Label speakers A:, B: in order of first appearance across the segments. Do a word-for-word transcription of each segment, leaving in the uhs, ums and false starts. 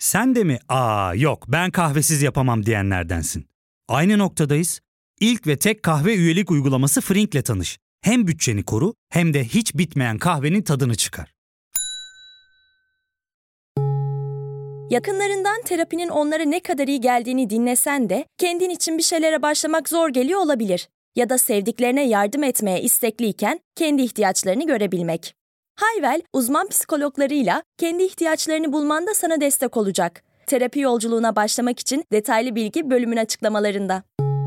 A: Sen de mi "Aa yok ben kahvesiz yapamam" diyenlerdensin? Aynı noktadayız. İlk ve tek kahve üyelik uygulaması Frink'le tanış. Hem bütçeni koru hem de hiç bitmeyen kahvenin tadını çıkar.
B: Yakınlarından terapinin onlara ne kadar iyi geldiğini dinlesen de kendin için bir şeylere başlamak zor geliyor olabilir. Ya da sevdiklerine yardım etmeye istekliyken kendi ihtiyaçlarını görebilmek. Hayvel, uzman psikologlarıyla kendi ihtiyaçlarını bulmanda sana destek olacak. Terapi yolculuğuna başlamak için detaylı bilgi bölümün açıklamalarında.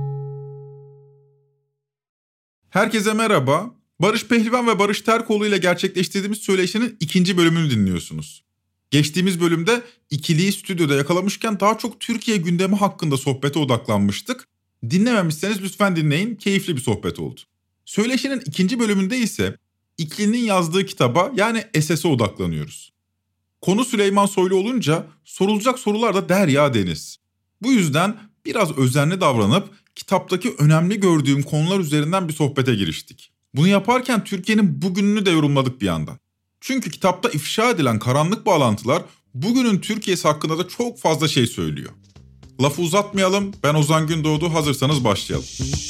C: Herkese merhaba. Barış Pehlivan ve Barış Terkoğlu ile gerçekleştirdiğimiz söyleşinin ikinci bölümünü dinliyorsunuz. Geçtiğimiz bölümde ikiliyi stüdyoda yakalamışken daha çok Türkiye gündemi hakkında sohbete odaklanmıştık. Dinlememişseniz lütfen dinleyin, keyifli bir sohbet oldu. Söyleşinin ikinci bölümünde ise ikilinin yazdığı kitaba yani Eses'e odaklanıyoruz. Konu Süleyman Soylu olunca sorulacak sorular da derya deniz. Bu yüzden biraz özenli davranıp kitaptaki önemli gördüğüm konular üzerinden bir sohbete giriştik. Bunu yaparken Türkiye'nin bugününü de yorumladık bir yandan. Çünkü kitapta ifşa edilen karanlık bağlantılar bugünün Türkiye'si hakkında da çok fazla şey söylüyor. Lafı uzatmayalım, ben Ozan Gündoğdu, hazırsanız başlayalım.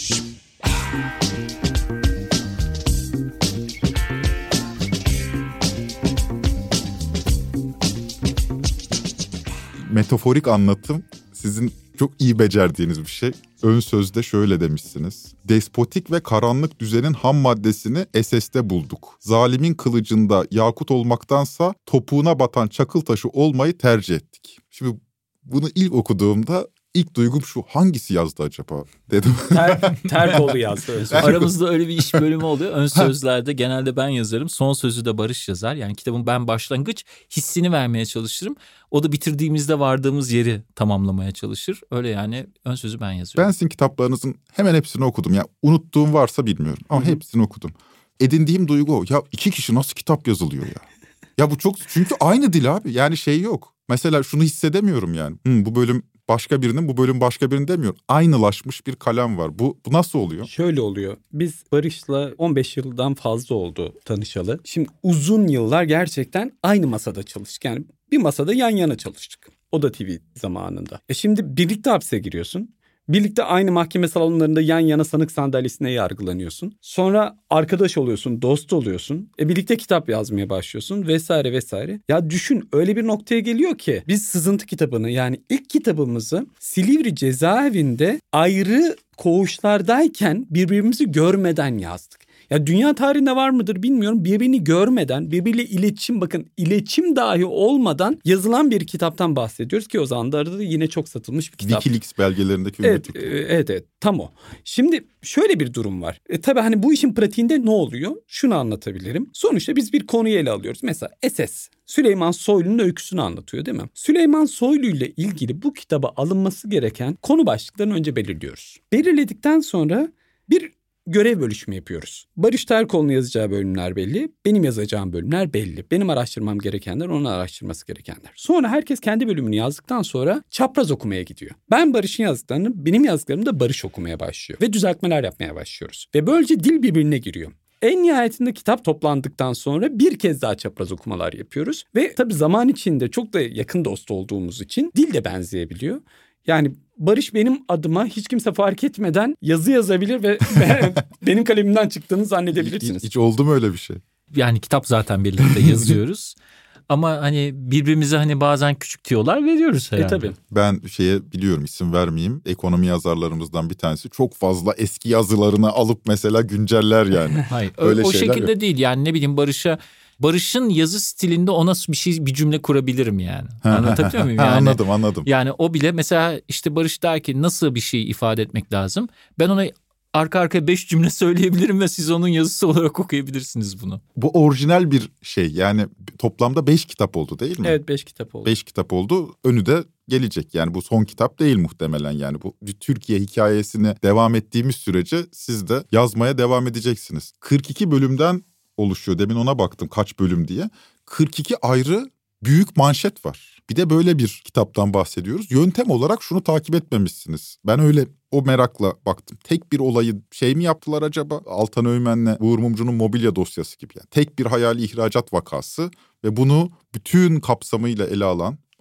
C: Metaforik anlatım sizin çok iyi becerdiğiniz bir şey. Ön sözde şöyle demişsiniz. Despotik ve karanlık düzenin ham maddesini Eses'te bulduk. Zalimin kılıcında yakut olmaktansa topuğuna batan çakıl taşı olmayı tercih ettik. Şimdi bunu ilk okuduğumda ilk duygum şu: hangisi yazdı acaba dedim.
D: Ter, Terkoğlu yazdı. Ön söz. Aramızda öyle bir iş bölümü oluyor. Ön sözlerde genelde ben yazarım. Son sözü de Barış yazar. Yani kitabın ben başlangıç hissini vermeye çalışırım. O da bitirdiğimizde vardığımız yeri tamamlamaya çalışır. Öyle yani ön sözü ben yazıyorum.
C: Ben sizin kitaplarınızın hemen hepsini okudum. Yani unuttuğum varsa bilmiyorum ama Hı-hı. hepsini okudum. Edindiğim duygu o. Ya iki kişi nasıl kitap yazılıyor ya? Ya bu çok, çünkü aynı dil abi. Yani şey yok. Mesela şunu hissedemiyorum yani. Hı, bu bölüm başka birinin, bu bölüm başka birinin demiyorum. Aynılaşmış bir kalem var. Bu, bu nasıl oluyor?
E: Şöyle oluyor. Biz Barış'la on beş yıldan fazla oldu tanışalı. Şimdi uzun yıllar gerçekten aynı masada çalıştık. Yani bir masada yan yana çalıştık. Oda T V zamanında. E şimdi birlikte hapse giriyorsun. Birlikte aynı mahkeme salonlarında yan yana sanık sandalyesine yargılanıyorsun. Sonra arkadaş oluyorsun, dost oluyorsun. E birlikte kitap yazmaya başlıyorsun vesaire vesaire. Ya düşün, öyle bir noktaya geliyor ki biz Sızıntı kitabını, yani ilk kitabımızı Silivri cezaevinde ayrı koğuşlardayken birbirimizi görmeden yazdık. Ya dünya tarihinde var mıdır bilmiyorum. Birbirini görmeden, birbiriyle iletişim, bakın iletişim dahi olmadan yazılan bir kitaptan bahsediyoruz ki o zamanlarda da yine çok satılmış bir kitap.
C: Wikileaks belgelerindeki
E: evet, e, evet evet tam o. Şimdi şöyle bir durum var. E, tabii hani bu işin pratiğinde ne oluyor? Şunu anlatabilirim. Sonuçta biz bir konuyu ele alıyoruz. Mesela Eses. Süleyman Soylu'nun öyküsünü anlatıyor değil mi? Süleyman Soylu ile ilgili bu kitaba alınması gereken konu başlıklarını önce belirliyoruz. Belirledikten sonra bir görev bölüşümü yapıyoruz. Barış Terkoğlu'nun yazacağı bölümler belli. Benim yazacağım bölümler belli. Benim araştırmam gerekenler, onun araştırması gerekenler. Sonra herkes kendi bölümünü yazdıktan sonra çapraz okumaya gidiyor. Ben Barış'ın yazdıklarını, benim yazdıklarımı da Barış okumaya başlıyor. Ve düzeltmeler yapmaya başlıyoruz. Ve böylece dil birbirine giriyor. En nihayetinde kitap toplandıktan sonra bir kez daha çapraz okumalar yapıyoruz. Ve tabii zaman içinde çok da yakın dost olduğumuz için dil de benzeyebiliyor. Yani Barış benim adıma hiç kimse fark etmeden yazı yazabilir ve benim kalemimden çıktığını zannedebilirsiniz.
C: Hiç, hiç oldu mu öyle bir şey?
D: Yani kitap zaten birlikte yazıyoruz. Ama hani birbirimize hani bazen küçük tiyolar veriyoruz herhalde.
E: E tabii.
C: Ben şeye biliyorum, isim vermeyeyim. Ekonomi yazarlarımızdan bir tanesi çok fazla eski yazılarını alıp mesela günceller yani.
D: Hayır öyle o şekilde yok. Değil yani, ne bileyim Barış'a Barış'ın yazı stilinde ona bir şey, bir cümle kurabilirim yani. Anlatabiliyor muyum? Yani,
C: anladım anladım.
D: Yani o bile mesela işte Barış der ki nasıl bir şey ifade etmek lazım. Ben ona arka arkaya beş cümle söyleyebilirim ve siz onun yazısı olarak okuyabilirsiniz bunu.
C: Bu orijinal bir şey yani, toplamda beş kitap oldu değil mi?
E: Evet, beş kitap oldu.
C: Beş kitap oldu, önü de gelecek yani, bu son kitap değil muhtemelen yani. Bu Türkiye hikayesine devam ettiğimiz sürece siz de yazmaya devam edeceksiniz. kırk iki bölümden oluşuyor, demin ona baktım kaç bölüm diye. kırk iki ayrı büyük manşet var. Bir de böyle bir kitaptan bahsediyoruz. Yöntem olarak şunu takip etmemişsiniz. Ben öyle o merakla baktım. Tek bir olayı şey mi yaptılar acaba? Altan Öğmen'le Uğur Mumcu'nun mobilya dosyası gibi. Yani tek bir hayali ihracat vakası ve bunu bütün kapsamıyla ele alan,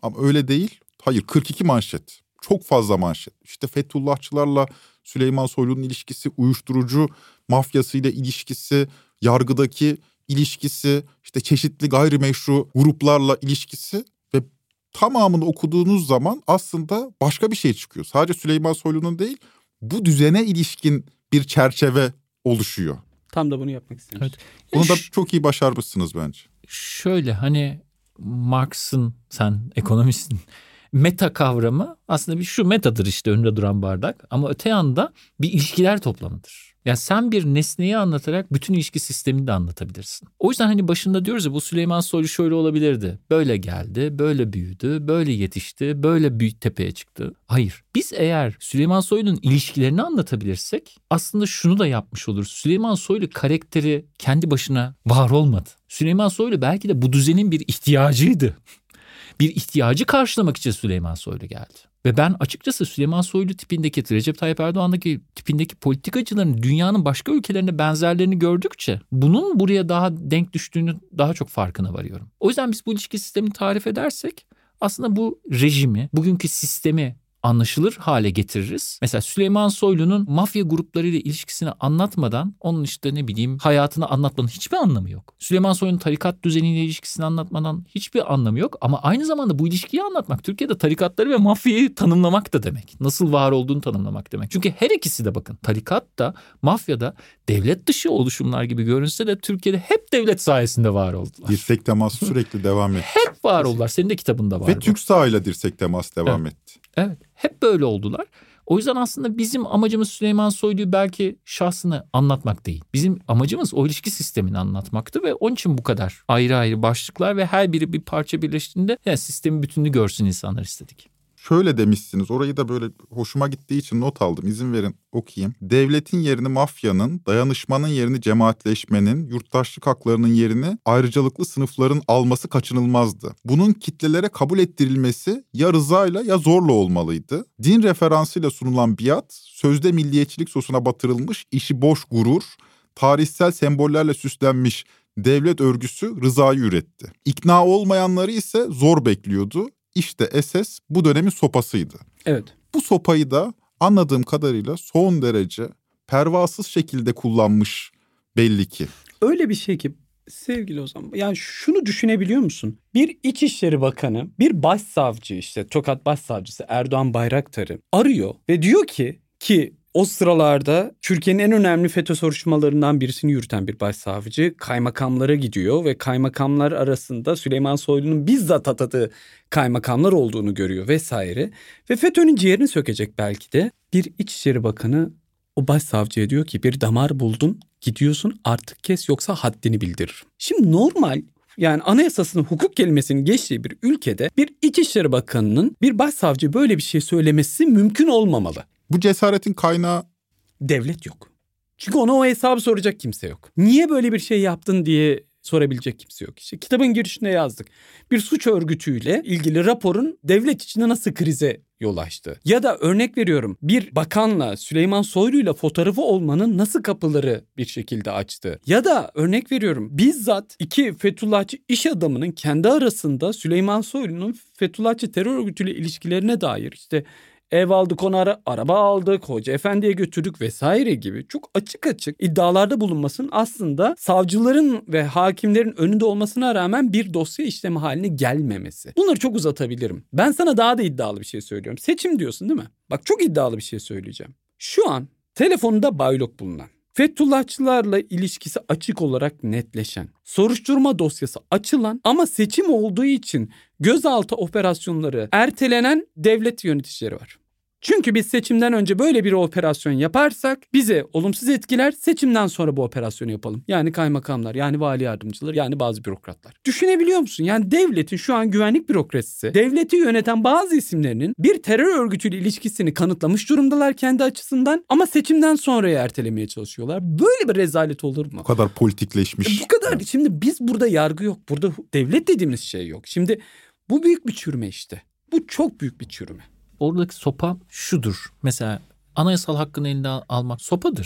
F: Ama öyle değil. Hayır, kırk iki manşet. Çok fazla manşet. İşte Fethullahçılarla Süleyman Soylu'nun ilişkisi, uyuşturucu mafyasıyla ilişkisi, yargıdaki ilişkisi, işte çeşitli gayrimeşru gruplarla ilişkisi ve tamamını okuduğunuz zaman aslında başka bir şey çıkıyor. Sadece Süleyman Soylu'nun değil, bu düzene ilişkin bir çerçeve oluşuyor.
E: Tam da bunu yapmak istedim.
D: Evet.
F: Bunu da
D: Ş-
F: çok iyi başarmışsınız bence.
D: Şöyle hani Marx'ın, sen ekonomistsin, meta kavramı aslında bir şu metadır işte önünde duran bardak, ama öte yanda bir ilişkiler toplamıdır. Yani sen bir nesneyi anlatarak bütün ilişki sistemini de anlatabilirsin. O yüzden hani başında diyoruz ya, bu Süleyman Soylu şöyle olabilirdi. Böyle geldi, böyle büyüdü, böyle yetişti, böyle büyük tepeye çıktı. Hayır. Biz eğer Süleyman Soylu'nun ilişkilerini anlatabilirsek aslında şunu da yapmış oluruz. Süleyman Soylu karakteri kendi başına var olmadı. Süleyman Soylu belki de bu düzenin bir ihtiyacıydı. Bir ihtiyacı karşılamak için Süleyman Soylu geldi. Ve ben açıkçası Süleyman Soylu tipindeki, Recep Tayyip Erdoğan'daki tipindeki politikacıların dünyanın başka ülkelerinde benzerlerini gördükçe bunun buraya daha denk düştüğünü daha çok farkına varıyorum. O yüzden biz bu ilişki sistemini tarif edersek aslında bu rejimi, bugünkü sistemi anlaşılır hale getiririz. Mesela Süleyman Soylu'nun mafya gruplarıyla ilişkisini anlatmadan onun işte ne bileyim hayatını anlatmanın hiçbir anlamı yok. Süleyman Soylu'nun tarikat düzeniyle ilişkisini anlatmadan hiçbir anlamı yok. Ama aynı zamanda bu ilişkiyi anlatmak Türkiye'de tarikatları ve mafyayı tanımlamak da demek. Nasıl var olduğunu tanımlamak demek. Çünkü her ikisi de bakın, tarikat da mafya da devlet dışı oluşumlar gibi görünse de Türkiye'de hep devlet sayesinde var oldular.
F: Dirsek teması sürekli devam etti.
D: Hep var oldular. Senin de kitabında var.
F: Ve
D: bu.
F: Türk sahayla dirsek teması devam
D: Evet.
F: etti.
D: Evet, hep böyle oldular. O yüzden aslında bizim amacımız Süleyman Soylu'yu belki şahsını anlatmak değil. Bizim amacımız o ilişki sistemini anlatmaktı ve onun için bu kadar ayrı ayrı başlıklar ve her biri bir parça birleştiğinde yani sistemin bütününü görsün insanlar istedik.
F: Şöyle demişsiniz, orayı da böyle hoşuma gittiği için not aldım. İzin verin okuyayım. Devletin yerini mafyanın, dayanışmanın yerini cemaatleşmenin, yurttaşlık haklarının yerini ayrıcalıklı sınıfların alması kaçınılmazdı. Bunun kitlelere kabul ettirilmesi ya rızayla ya zorla olmalıydı. Din referansıyla sunulan biat, sözde milliyetçilik sosuna batırılmış işi boş gurur, tarihsel sembollerle süslenmiş devlet örgüsü rızayı üretti. İkna olmayanları ise zor bekliyordu. İşte S S bu dönemin sopasıydı.
E: Evet.
F: Bu sopayı da anladığım kadarıyla son derece pervasız şekilde kullanmış belli ki.
E: Öyle bir şey ki sevgili Ozan, yani şunu düşünebiliyor musun? Bir İçişleri Bakanı, bir başsavcı, işte Tokat Başsavcısı Erdoğan Bayraktar'ı arıyor ve diyor ki ki o sıralarda Türkiye'nin en önemli FETÖ soruşturmalarından birisini yürüten bir başsavcı kaymakamlara gidiyor ve kaymakamlar arasında Süleyman Soylu'nun bizzat atadığı kaymakamlar olduğunu görüyor vesaire. Ve FETÖ'nün ciğerini sökecek belki de bir İçişleri Bakanı o başsavcıya diyor ki bir damar buldun, gidiyorsun artık kes yoksa haddini bildir. Şimdi normal, yani anayasasının hukuk kelimesinin geçtiği bir ülkede bir İçişleri Bakanı'nın bir başsavcı böyle bir şey söylemesi mümkün olmamalı.
F: Bu cesaretin kaynağı
E: Devlet yok. Çünkü ona o hesabı soracak kimse yok. Niye böyle bir şey yaptın diye sorabilecek kimse yok. İşte kitabın girişinde yazdık. Bir suç örgütüyle ilgili raporun devlet içinde nasıl krize yol açtı? Ya da örnek veriyorum, bir bakanla Süleyman Soylu'yla fotoğrafı olmanın nasıl kapıları bir şekilde açtı? Ya da örnek veriyorum, bizzat iki Fethullahçı iş adamının kendi arasında Süleyman Soylu'nun Fethullahçı terör örgütüyle ilişkilerine dair işte ev aldık ona, ara, araba aldık, hoca efendiye götürdük vesaire gibi çok açık açık iddialarda bulunmasının aslında savcıların ve hakimlerin önünde olmasına rağmen bir dosya işlemi haline gelmemesi. Bunları çok uzatabilirim. Ben sana daha da iddialı bir şey söylüyorum. Seçim diyorsun değil mi? Bak çok iddialı bir şey söyleyeceğim. Şu an telefonunda baylok bulunan, Fethullahçılarla ilişkisi açık olarak netleşen, soruşturma dosyası açılan ama seçim olduğu için gözaltı operasyonları ertelenen devlet yöneticileri var. Çünkü biz seçimden önce böyle bir operasyon yaparsak bize olumsuz etkiler, seçimden sonra bu operasyonu yapalım. Yani kaymakamlar, yani vali yardımcıları, yani bazı bürokratlar. Düşünebiliyor musun? Yani devletin şu an güvenlik bürokrasisi, devleti yöneten bazı isimlerinin bir terör örgütüyle ilişkisini kanıtlamış durumdalar kendi açısından ama seçimden sonraya ertelemeye çalışıyorlar. Böyle bir rezalet olur mu?
F: bu kadar politikleşmiş.
E: Bu kadar. Şimdi biz burada yargı yok. Burada devlet dediğimiz şey yok. Şimdi bu büyük bir çürüme işte. Bu çok büyük bir çürüme.
D: Oradaki sopa şudur. Mesela anayasal hakkını elinden almak sopadır.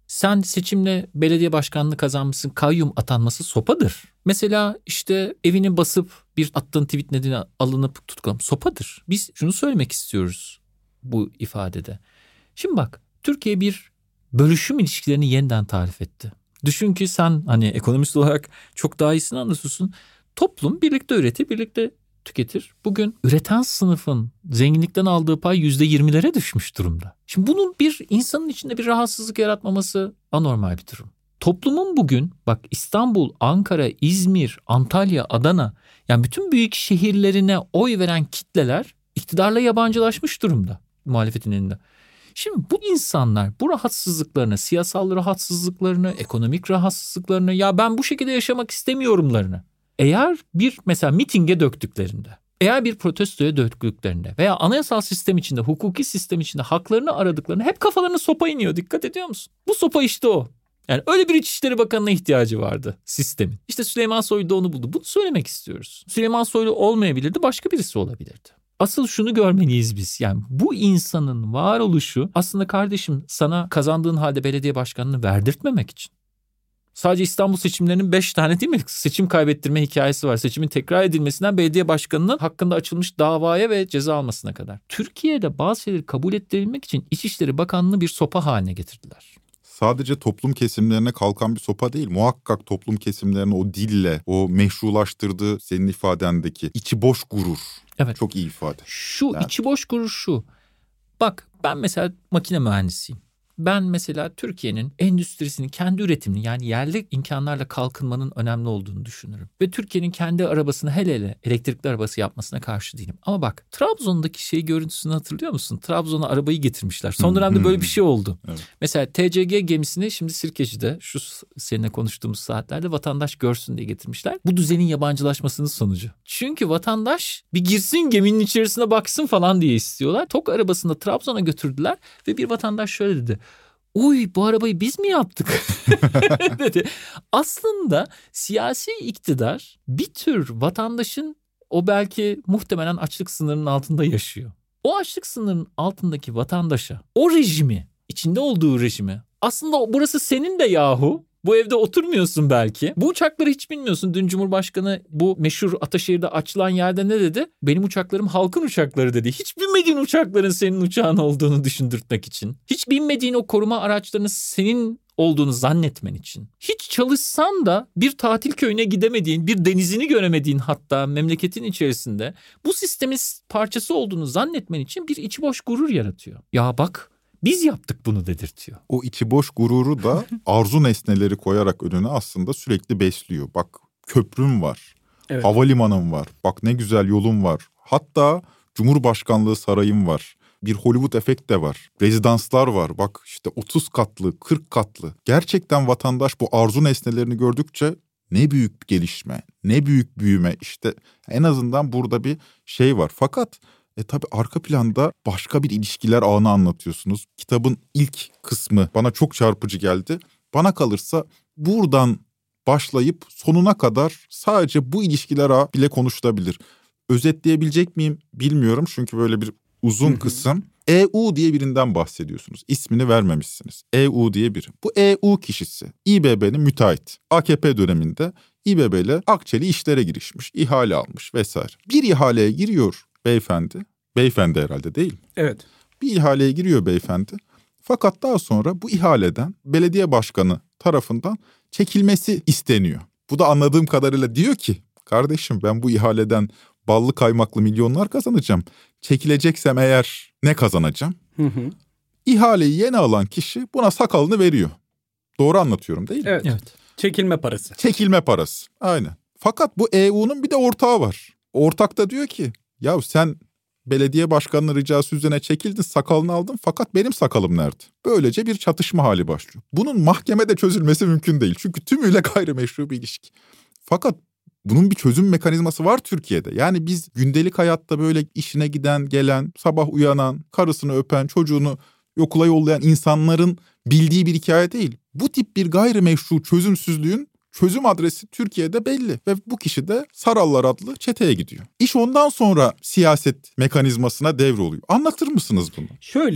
D: Sen seçimle belediye başkanlığı kazanmışsın, kayyum atanması sopadır. Mesela işte evini basıp bir attığın tweet nedeniyle alınıp tutuklanıp sopadır. Biz şunu söylemek istiyoruz bu ifadede. Şimdi bak, Türkiye bir bölüşüm ilişkilerini yeniden tarif etti. Düşün ki sen hani ekonomist olarak çok daha iyisini anlatıyorsun. Toplum birlikte üretir, birlikte tüketir. Bugün üreten sınıfın zenginlikten aldığı pay yüzde yirmilere düşmüş durumda. Şimdi bunun bir insanın içinde bir rahatsızlık yaratmaması anormal bir durum. Toplumun bugün bak İstanbul, Ankara, İzmir, Antalya, Adana, yani bütün büyük şehirlerine oy veren kitleler iktidarla yabancılaşmış durumda muhalefetin elinde. Şimdi bu insanlar bu rahatsızlıklarını, siyasal rahatsızlıklarını, ekonomik rahatsızlıklarını, ya ben bu şekilde yaşamak istemiyorumlarını eğer bir mesela mitinge döktüklerinde, eğer bir protestoya döktüklerinde veya anayasal sistem içinde, hukuki sistem içinde haklarını aradıklarında hep kafalarına sopa iniyor. Dikkat ediyor musun? Bu sopa işte o. Yani öyle bir İçişleri Bakanı'na ihtiyacı vardı sistemin. İşte Süleyman Soylu da onu buldu. Bunu söylemek istiyoruz. Süleyman Soylu olmayabilirdi, başka birisi olabilirdi. Asıl şunu görmeliyiz biz. Yani bu insanın varoluşu aslında kardeşim sana kazandığın halde belediye başkanını verdirtmemek için. Sadece İstanbul seçimlerinin beş tane değil mi seçim kaybettirme hikayesi var. Seçimin tekrar edilmesinden belediye başkanının hakkında açılmış davaya ve ceza almasına kadar. Türkiye'de bazı şeyleri kabul ettirebilmek için İçişleri Bakanlığı'nı bir sopa haline getirdiler.
F: Sadece toplum kesimlerine kalkan bir sopa değil. Muhakkak toplum kesimlerine o dille, o meşrulaştırdığı senin ifadendeki içi boş gurur.
D: Evet.
F: Çok iyi ifade.
D: Şu
F: yani.
D: içi boş gurur şu. Bak ben mesela makine mühendisiyim. Ben mesela Türkiye'nin endüstrisini, kendi üretimini yani yerli imkanlarla kalkınmanın önemli olduğunu düşünürüm. Ve Türkiye'nin kendi arabasını hele hele elektrikli arabası yapmasına karşı değilim. Ama bak Trabzon'daki şey görüntüsünü hatırlıyor musun? Trabzon'a arabayı getirmişler. Son dönemde böyle bir şey oldu. Evet. Mesela T C G gemisini şimdi Sirkeci'de şu seninle konuştuğumuz saatlerde vatandaş görsün diye getirmişler. Bu düzenin yabancılaşmasının sonucu. Çünkü vatandaş bir girsin geminin içerisine baksın falan diye istiyorlar. TOG arabasını Trabzon'a götürdüler ve bir vatandaş şöyle dedi. Uy bu arabayı biz mi yaptık dedi. Aslında siyasi iktidar bir tür vatandaşın o belki muhtemelen açlık sınırının altında yaşıyor. O açlık sınırının altındaki vatandaşa o rejimi, içinde olduğu rejimi aslında burası senin de yahu. Bu evde oturmuyorsun belki. Bu uçakları hiç bilmiyorsun. Dün Cumhurbaşkanı bu meşhur Ataşehir'de açılan yerde ne dedi? Benim uçaklarım halkın uçakları dedi. Hiç bilmediğin uçakların senin uçağın olduğunu düşündürtmek için. Hiç bilmediğin o koruma araçlarının senin olduğunu zannetmen için. Hiç çalışsan da bir tatil köyüne gidemediğin, bir denizini göremediğin hatta memleketin içerisinde bu sistemin parçası olduğunu zannetmen için bir içi boş gurur yaratıyor. Ya bak biz yaptık bunu dedirtiyor.
F: O içi boş gururu da arzu nesneleri koyarak önüne aslında sürekli besliyor. Bak köprüm var, evet. Havalimanım var, bak ne güzel yolum var. Hatta Cumhurbaşkanlığı sarayım var. Bir Hollywood efekt de var. Rezidanslar var. Bak işte otuz katlı, kırk katlı. Gerçekten vatandaş bu arzu nesnelerini gördükçe ne büyük gelişme, ne büyük büyüme. İşte en azından burada bir şey var. Fakat E tabii arka planda başka bir ilişkiler ağını anlatıyorsunuz. Kitabın ilk kısmı bana çok çarpıcı geldi. Bana kalırsa buradan başlayıp sonuna kadar sadece bu ilişkiler ağı bile konuşulabilir. Özetleyebilecek miyim bilmiyorum çünkü böyle bir uzun kısım. E U diye birinden bahsediyorsunuz. İsmini vermemişsiniz. E U diye biri. Bu E U kişisi İ B B'nin müteahhit. A K P döneminde İ B B ile akçeli işlere girişmiş, ihale almış vesaire. Bir ihaleye giriyor beyefendi. Beyefendi herhalde değil mi?
E: Evet.
F: Bir ihaleye giriyor beyefendi. Fakat daha sonra bu ihaleden belediye başkanı tarafından çekilmesi isteniyor. Bu da anladığım kadarıyla diyor ki kardeşim ben bu ihaleden ballı kaymaklı milyonlar kazanacağım. Çekileceksem eğer ne kazanacağım? Hı hı. İhaleyi yeni alan kişi buna sakalını veriyor. Doğru anlatıyorum değil mi?
E: Evet. evet. Çekilme parası.
F: Çekilme parası. Aynen. Fakat bu E U'nun bir de ortağı var. Ortak da diyor ki ya sen belediye başkanının ricası üzerine çekildin, sakalını aldın fakat benim sakalım nerede? Böylece bir çatışma hali başlıyor. Bunun mahkemede çözülmesi mümkün değil. Çünkü tümüyle gayrimeşru bir ilişki. Fakat bunun bir çözüm mekanizması var Türkiye'de. Yani biz gündelik hayatta böyle işine giden, gelen, sabah uyanan, karısını öpen, çocuğunu okula yollayan insanların bildiği bir hikaye değil. Bu tip bir gayrimeşru çözümsüzlüğün çözüm adresi Türkiye'de belli ve bu kişi de Sarallar adlı çeteye gidiyor. İş ondan sonra siyaset mekanizmasına devroluyor. Anlatır mısınız bunu?
E: Şöyle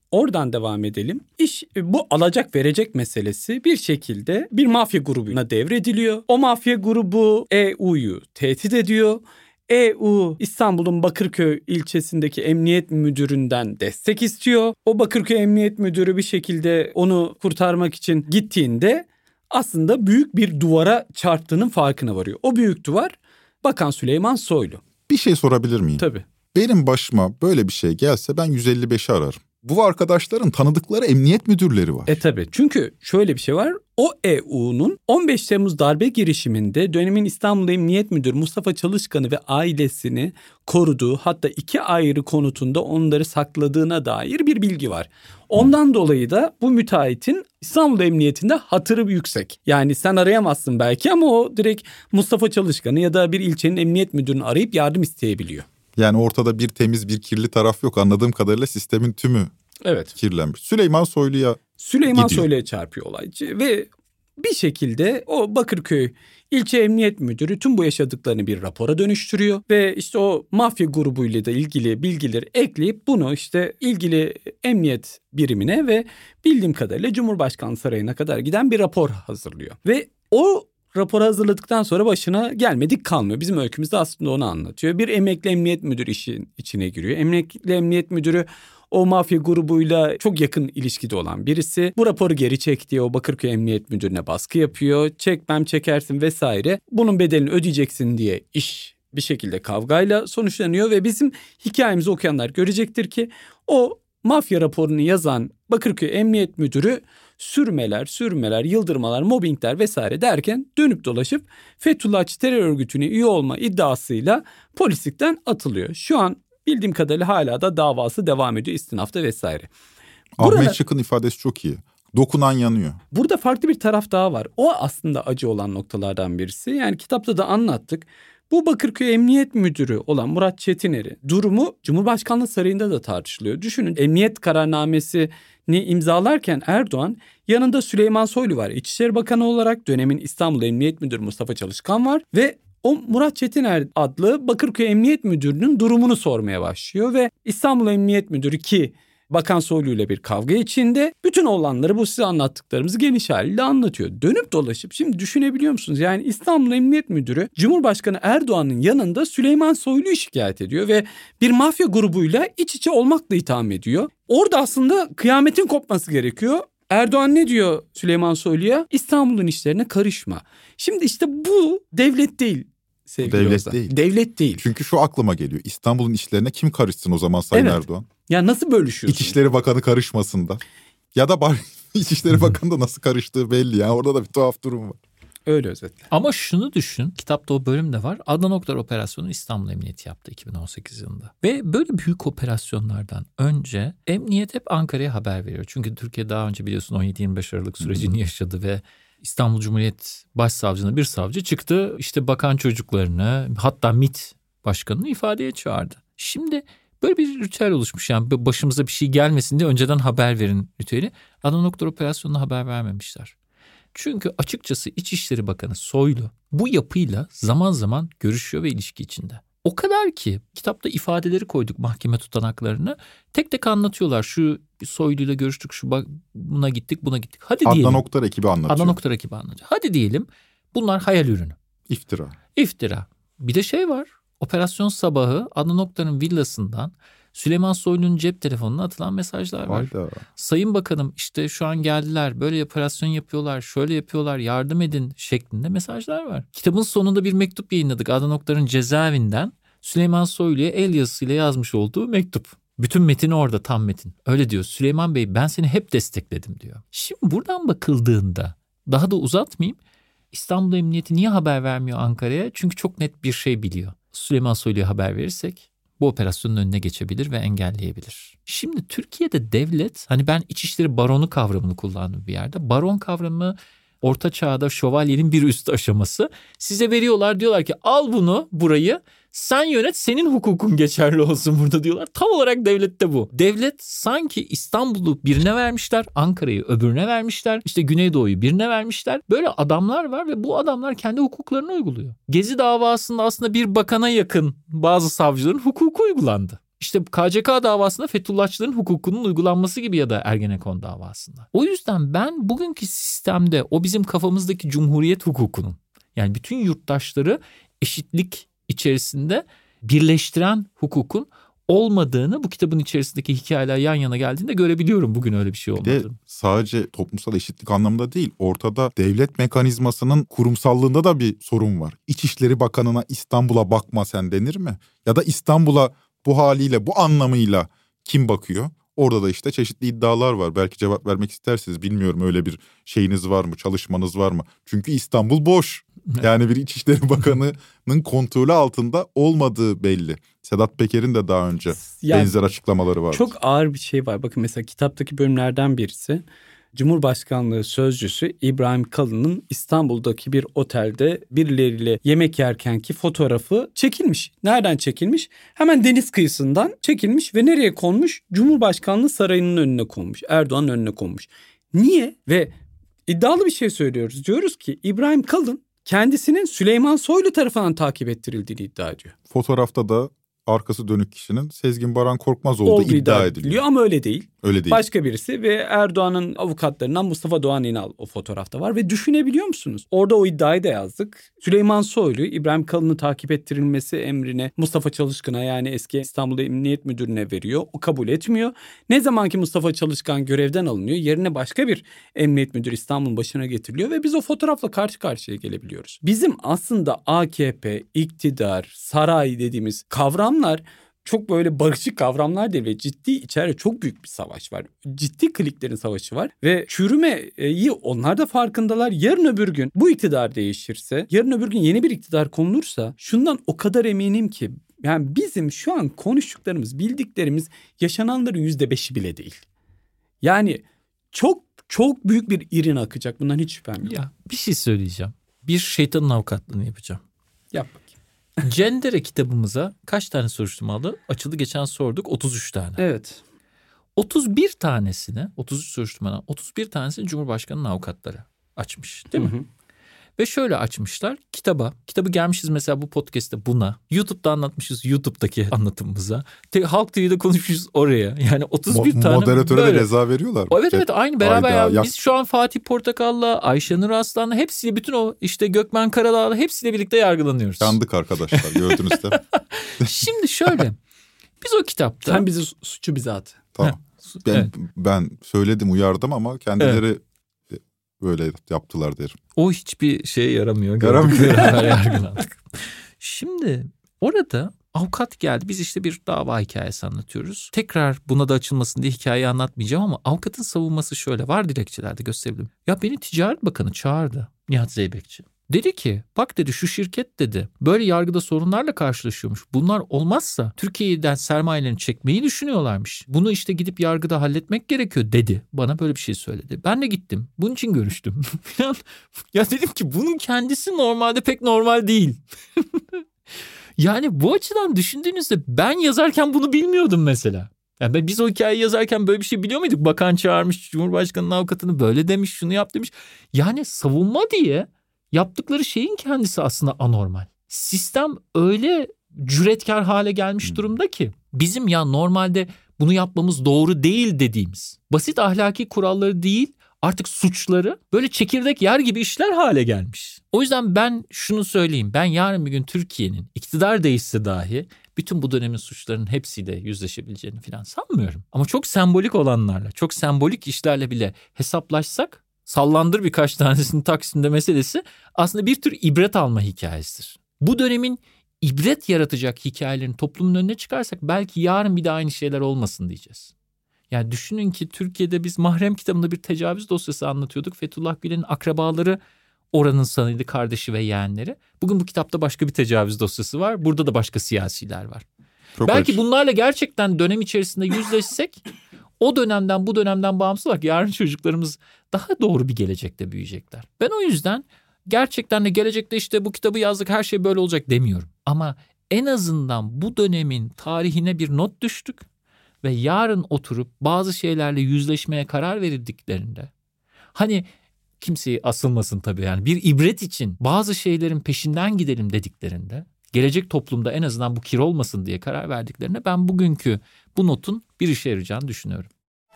E: oradan devam edelim. İş bu alacak verecek meselesi bir şekilde bir mafya grubuna devrediliyor. O mafya grubu E U'yu tehdit ediyor. E U İstanbul'un Bakırköy ilçesindeki emniyet müdüründen destek istiyor. O Bakırköy emniyet müdürü bir şekilde onu kurtarmak için gittiğinde aslında büyük bir duvara çarptığının farkına varıyor. O büyük duvar Bakan Süleyman Soylu.
F: Bir şey sorabilir miyim?
E: Tabii.
F: Benim başıma böyle bir şey gelse ben yüz elli beşi ararım. Bu arkadaşların tanıdıkları emniyet müdürleri var.
E: E tabii, çünkü şöyle bir şey var. O E U'nun on beş Temmuz darbe girişiminde dönemin İstanbul Emniyet Müdürü Mustafa Çalışkan'ı ve ailesini koruduğu, hatta iki ayrı konutunda onları sakladığına dair bir bilgi var. Ondan dolayı da bu müteahhitin İstanbul Emniyetinde hatırı yüksek. Yani sen arayamazsın belki ama o direkt Mustafa Çalışkan'ı ya da bir ilçenin emniyet müdürünü arayıp yardım isteyebiliyor.
F: Yani ortada bir temiz bir kirli taraf yok. Anladığım kadarıyla sistemin tümü
E: evet.
F: kirlenmiş. Süleyman Soylu'ya
E: Süleyman
F: gidiyor.
E: Soylu'ya çarpıyor olay. Ve bir şekilde o Bakırköy ilçe emniyet müdürü tüm bu yaşadıklarını bir rapora dönüştürüyor. Ve işte o mafya grubuyla da ilgili bilgileri ekleyip bunu işte ilgili emniyet birimine ve bildiğim kadarıyla Cumhurbaşkanlığı Sarayı'na kadar giden bir rapor hazırlıyor. Ve o raporu hazırladıktan sonra başına gelmedik kalmıyor. Bizim öykümüzde aslında onu anlatıyor. Bir emekli emniyet müdürü işin içine giriyor. Emekli emniyet müdürü o mafya grubuyla çok yakın ilişkide olan birisi. Bu raporu geri çek diye o Bakırköy Emniyet Müdürü'ne baskı yapıyor. Çekmem çekersin vesaire. Bunun bedelini ödeyeceksin diye iş bir şekilde kavgayla sonuçlanıyor ve bizim hikayemizi okuyanlar görecektir ki o mafya raporunu yazan Bakırköy Emniyet Müdürü sürmeler, sürmeler, yıldırmalar, mobbingler vesaire derken dönüp dolaşıp Fethullahçı terör örgütüne üye olma iddiasıyla polislikten atılıyor. Şu an bildiğim kadarıyla hala da davası devam ediyor istinafta vesaire.
F: Ahmet
E: Burada,
F: Şık'ın ifadesi çok iyi. Dokunan yanıyor.
E: Burada farklı bir taraf daha var. O aslında acı olan noktalardan birisi. Yani kitapta da anlattık. Bu Bakırköy Emniyet Müdürü olan Murat Çetiner'i durumu Cumhurbaşkanlığı Sarayı'nda da tartışılıyor. Düşünün, emniyet kararnamesini imzalarken Erdoğan yanında Süleyman Soylu var. İçişleri Bakanı olarak dönemin İstanbul Emniyet Müdürü Mustafa Çalışkan var ve o Murat Çetiner adlı Bakırköy Emniyet Müdürü'nün durumunu sormaya başlıyor ve İstanbul Emniyet Müdürü ki Bakan Soylu ile bir kavga içinde bütün olanları bu size anlattıklarımızı geniş haliyle anlatıyor. Dönüp dolaşıp şimdi düşünebiliyor musunuz? Yani İstanbul Emniyet Müdürü Cumhurbaşkanı Erdoğan'ın yanında Süleyman Soylu'yu şikayet ediyor ve bir mafya grubuyla iç içe olmakla itham ediyor. Orada aslında kıyametin kopması gerekiyor. Erdoğan ne diyor Süleyman Soylu'ya? İstanbul'un işlerine karışma. Şimdi işte bu devlet değil sevgili
F: Devlet
E: Ozan.
F: değil.
E: Devlet değil.
F: Çünkü şu aklıma geliyor. İstanbul'un işlerine kim karışsın o zaman Sayın
E: Evet.
F: Erdoğan?
E: Ya nasıl bölüşüyorsun?
F: İçişleri Bakanı karışmasın da. Ya da bari İçişleri Bakanı da nasıl karıştığı belli ya. Orada da bir tuhaf durum var.
E: Öyle özetle.
D: Ama şunu düşün, kitapta o bölüm de var. Adnan Oktar operasyonu İstanbul Emniyeti yaptı iki bin on sekiz yılında. Ve böyle büyük operasyonlardan önce emniyet hep Ankara'ya haber veriyor. Çünkü Türkiye daha önce biliyorsun on yedi yirmi beş Aralık sürecini yaşadı ve İstanbul Cumhuriyet Başsavcılığına bir savcı çıktı. İşte bakan çocuklarını, hatta MİT başkanını ifadeye çağırdı. Şimdi böyle bir ritüel oluşmuş, yani başımıza bir şey gelmesin diye önceden haber verin ritüeli. Adnan Oktar operasyonuna haber vermemişler. Çünkü açıkçası İçişleri Bakanı Soylu bu yapıyla zaman zaman görüşüyor ve ilişki içinde. O kadar ki kitapta ifadeleri koyduk, mahkeme tutanaklarını. Tek tek anlatıyorlar. Şu Soylu'yla görüştük, şu buna gittik, buna gittik. Hadi
F: Adnan
D: diyelim.
F: Oktar ekibi anlatıyor.
D: Adnan Oktar ekibi anlatıyor. Hadi diyelim bunlar hayal ürünü.
F: İftira.
D: İftira. Bir de şey var. Operasyon sabahı Adnan Oktar'ın villasından Süleyman Soylu'nun cep telefonuna atılan mesajlar var.
F: Hayda.
D: Sayın Bakanım işte şu an geldiler, böyle operasyon yapıyorlar, şöyle yapıyorlar, yardım edin şeklinde mesajlar var. Kitabın sonunda bir mektup yayınladık. Adnan Oktar'ın cezaevinden Süleyman Soylu'ya el yazısıyla yazmış olduğu mektup. Bütün metin orada, tam metin. Öyle diyor. Süleyman Bey, ben seni hep destekledim diyor. Şimdi buradan bakıldığında, daha da uzatmayayım, İstanbul Emniyeti niye haber vermiyor Ankara'ya? Çünkü çok net bir şey biliyor. Süleyman Soylu'ya haber verirsek bu operasyonun önüne geçebilir ve engelleyebilir. Şimdi Türkiye'de devlet, hani ben İçişleri Baronu kavramını kullandım bir yerde. Baron kavramı Orta Çağ'da şövalyenin bir üst aşaması. Size veriyorlar, diyorlar ki al bunu, burayı sen yönet, senin hukukun geçerli olsun burada diyorlar. Tam olarak devlette bu. Devlet sanki İstanbul'u birine vermişler, Ankara'yı öbürüne vermişler, işte Güneydoğu'yu birine vermişler. Böyle adamlar var ve bu adamlar kendi hukuklarını uyguluyor. Gezi davasında aslında bir bakana yakın bazı savcıların hukuku uygulandı. İşte K C K davasında Fethullahçıların hukukunun uygulanması gibi ya da Ergenekon davasında. O yüzden ben bugünkü sistemde o bizim kafamızdaki cumhuriyet hukukunun, yani bütün yurttaşları eşitlik içerisinde birleştiren hukukun olmadığını bu kitabın içerisindeki hikayeler yan yana geldiğinde görebiliyorum bugün öyle bir şey olmadığını.
F: Bir de sadece toplumsal eşitlik anlamında değil, ortada devlet mekanizmasının kurumsallığında da bir sorun var. İçişleri Bakanı'na İstanbul'a bakma sen denir mi? Ya da İstanbul'a bu haliyle, bu anlamıyla kim bakıyor? Orada da işte çeşitli iddialar var. Belki cevap vermek istersiniz. Bilmiyorum, öyle bir şeyiniz var mı, çalışmanız var mı? Çünkü İstanbul boş. Yani bir İçişleri Bakanı'nın kontrolü altında olmadığı belli. Sedat Peker'in de daha önce yani benzer açıklamaları var.
E: Çok ağır bir şey var. Bakın mesela kitaptaki bölümlerden birisi, Cumhurbaşkanlığı Sözcüsü İbrahim Kalın'ın İstanbul'daki bir otelde birileriyle yemek yerkenki fotoğrafı çekilmiş. Nereden çekilmiş? Hemen deniz kıyısından çekilmiş ve nereye konmuş? Cumhurbaşkanlığı Sarayı'nın önüne konmuş. Erdoğan'ın önüne konmuş. Niye? Ve iddialı bir şey söylüyoruz. Diyoruz ki İbrahim Kalın kendisinin Süleyman Soylu tarafından takip ettirildiğini iddia ediyor.
F: Fotoğrafta da arkası dönük kişinin Sezgin Baran Korkmaz olduğu iddia, iddia ediliyor. ediliyor.
E: Ama öyle değil.
F: Öyle değil.
E: Başka birisi ve Erdoğan'ın avukatlarından Mustafa Doğan İnal o fotoğrafta var. Ve düşünebiliyor musunuz? Orada o iddiayı da yazdık. Süleyman Soylu, İbrahim Kalın'ın takip ettirilmesi emrini Mustafa Çalışkan'a, yani eski İstanbul Emniyet Müdürü'ne veriyor. O kabul etmiyor. Ne zaman ki Mustafa Çalışkan görevden alınıyor, yerine başka bir emniyet müdürü İstanbul'un başına getiriliyor ve biz o fotoğrafla karşı karşıya gelebiliyoruz. Bizim aslında A K P, iktidar, saray dediğimiz kavramlar çok böyle barışık kavramlar değil ve ciddi içeride çok büyük bir savaş var. Ciddi kliklerin savaşı var ve çürümeyi onlar da farkındalar. Yarın öbür gün bu iktidar değişirse, yarın öbür gün yeni bir iktidar konulursa şundan o kadar eminim ki yani bizim şu an konuştuklarımız, bildiklerimiz yaşananların yüzde beşi bile değil. Yani çok çok büyük bir irin akacak, bundan hiç şüphem yok.
D: Ya bir şey söyleyeceğim. Bir şeytanın avukatlığını yapacağım.
E: Yap.
D: Cendere kitabımıza kaç tane soruşturma aldı? Açıldı, geçen sorduk, otuz üç tane.
E: Evet.
D: otuz bir tanesini, otuz üç soruşturmadan otuz bir tanesini Cumhurbaşkanı'nın avukatları açmış, değil mi? Hı hı. Ve şöyle açmışlar kitaba. Kitabı gelmişiz mesela bu podcast'te buna. YouTube'da anlatmışız YouTube'daki anlatımımıza. Te, Halk T V'de konuşmuşuz oraya. Yani otuz bir Mo- tane
F: moderatöre
D: böyle.
F: de ceza veriyorlar.
D: Evet evet aynı beraber.
F: Hayda,
D: ya. Biz şu an Fatih Portakal'la, Ayşenur Aslan'la hepsiyle, bütün o işte Gökmen Karadağ'la hepsiyle birlikte yargılanıyoruz.
F: Yandık arkadaşlar, gördünüz de.
D: Şimdi şöyle. Biz o kitapta.
E: Sen bizi suçu bize at.
F: Tamam. Ben, evet. ben söyledim, uyardım ama kendileri evet. böyle yaptılar derim.
D: O hiçbir şeye yaramıyor.
F: Yaramıyor.
D: Beraber yargılandık. Şimdi orada avukat geldi. Biz işte bir dava hikayesi anlatıyoruz. Tekrar buna da açılmasın diye hikayeyi anlatmayacağım ama avukatın savunması şöyle. Var dilekçelerde, gösterebilirim. Ya beni Ticaret Bakanı çağırdı. Nihat Zeybekçi. Dedi ki bak dedi, şu şirket dedi böyle yargıda sorunlarla karşılaşıyormuş. Bunlar olmazsa Türkiye'den sermayelerini çekmeyi düşünüyorlarmış. Bunu işte gidip yargıda halletmek gerekiyor dedi. Bana böyle bir şey söyledi. Ben de gittim. Bunun için görüştüm. Ya dedim ki bunun kendisi normalde pek normal değil. Yani bu açıdan düşündüğünüzde ben yazarken bunu bilmiyordum mesela. Yani biz o hikayeyi yazarken böyle bir şey biliyor muyduk? Bakan çağırmış, Cumhurbaşkanı'nın avukatını böyle demiş, şunu yap demiş. Yani savunma diye yaptıkları şeyin kendisi aslında anormal. Sistem öyle cüretkar hale gelmiş durumda ki bizim ya normalde bunu yapmamız doğru değil dediğimiz basit ahlaki kuralları değil, artık suçları böyle çekirdek yer gibi işler hale gelmiş. O yüzden ben şunu söyleyeyim. Ben yarın bir gün Türkiye'nin iktidar değişse dahi bütün bu dönemin suçlarının hepsiyle yüzleşebileceğini falan sanmıyorum. Ama çok sembolik olanlarla, çok sembolik işlerle bile hesaplaşsak, sallandır birkaç tanesinin Taksim'de meselesi aslında bir tür ibret alma hikayesidir. Bu dönemin ibret yaratacak hikayelerini toplumun önüne çıkarsak belki yarın bir de aynı şeyler olmasın diyeceğiz. Yani düşünün ki Türkiye'de biz Mahrem kitabında bir tecavüz dosyası anlatıyorduk. Fethullah Gülen'in akrabaları oranın sanıydı, kardeşi ve yeğenleri. Bugün bu kitapta başka bir tecavüz dosyası var. Burada da başka siyasiler var. Çok belki acı. Bunlarla gerçekten dönem içerisinde yüzleşsek o dönemden bu dönemden bağımsız olarak yarın çocuklarımız daha doğru bir gelecekte büyüyecekler. Ben o yüzden gerçekten de gelecekte işte bu kitabı yazdık her şey böyle olacak demiyorum. Ama en azından bu dönemin tarihine bir not düştük ve yarın oturup bazı şeylerle yüzleşmeye karar verildiklerinde, hani kimseyi asılmasın tabii, yani bir ibret için bazı şeylerin peşinden gidelim dediklerinde gelecek toplumda en azından bu kir olmasın diye karar verdiklerine ben bugünkü bu notun bir işe yarayacağını düşünüyorum.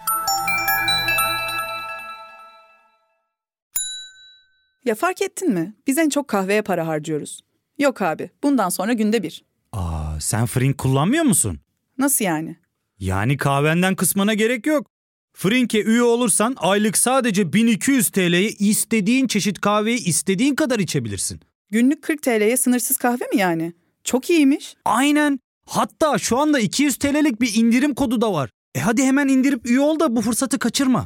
G: Ya fark ettin mi? Biz en çok kahveye para harcıyoruz. Yok abi, bundan sonra günde bir.
A: Aa, sen Frink kullanmıyor musun?
G: Nasıl yani?
A: Yani kahvenden kısmına gerek yok. Frink'e üye olursan aylık sadece bin iki yüz T L'ye istediğin çeşit kahveyi istediğin kadar içebilirsin.
G: Günlük kırk T L'ye sınırsız kahve mi yani? Çok iyiymiş.
A: Aynen. Hatta şu anda iki yüz T L'lik bir indirim kodu da var. E hadi hemen indirip üye ol da bu fırsatı kaçırma.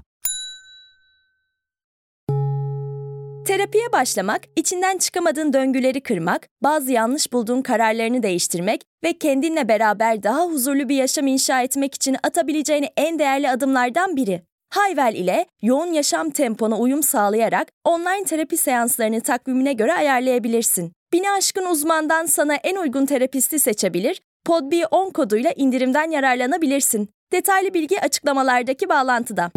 B: Terapiye başlamak, içinden çıkamadığın döngüleri kırmak, bazı yanlış bulduğun kararlarını değiştirmek ve kendinle beraber daha huzurlu bir yaşam inşa etmek için atabileceğin en değerli adımlardan biri. Hayvel ile yoğun yaşam tempona uyum sağlayarak online terapi seanslarını takvimine göre ayarlayabilirsin. Bini aşkın uzmandan sana en uygun terapisti seçebilir, Podb on koduyla indirimden yararlanabilirsin. Detaylı bilgi açıklamalardaki bağlantıda.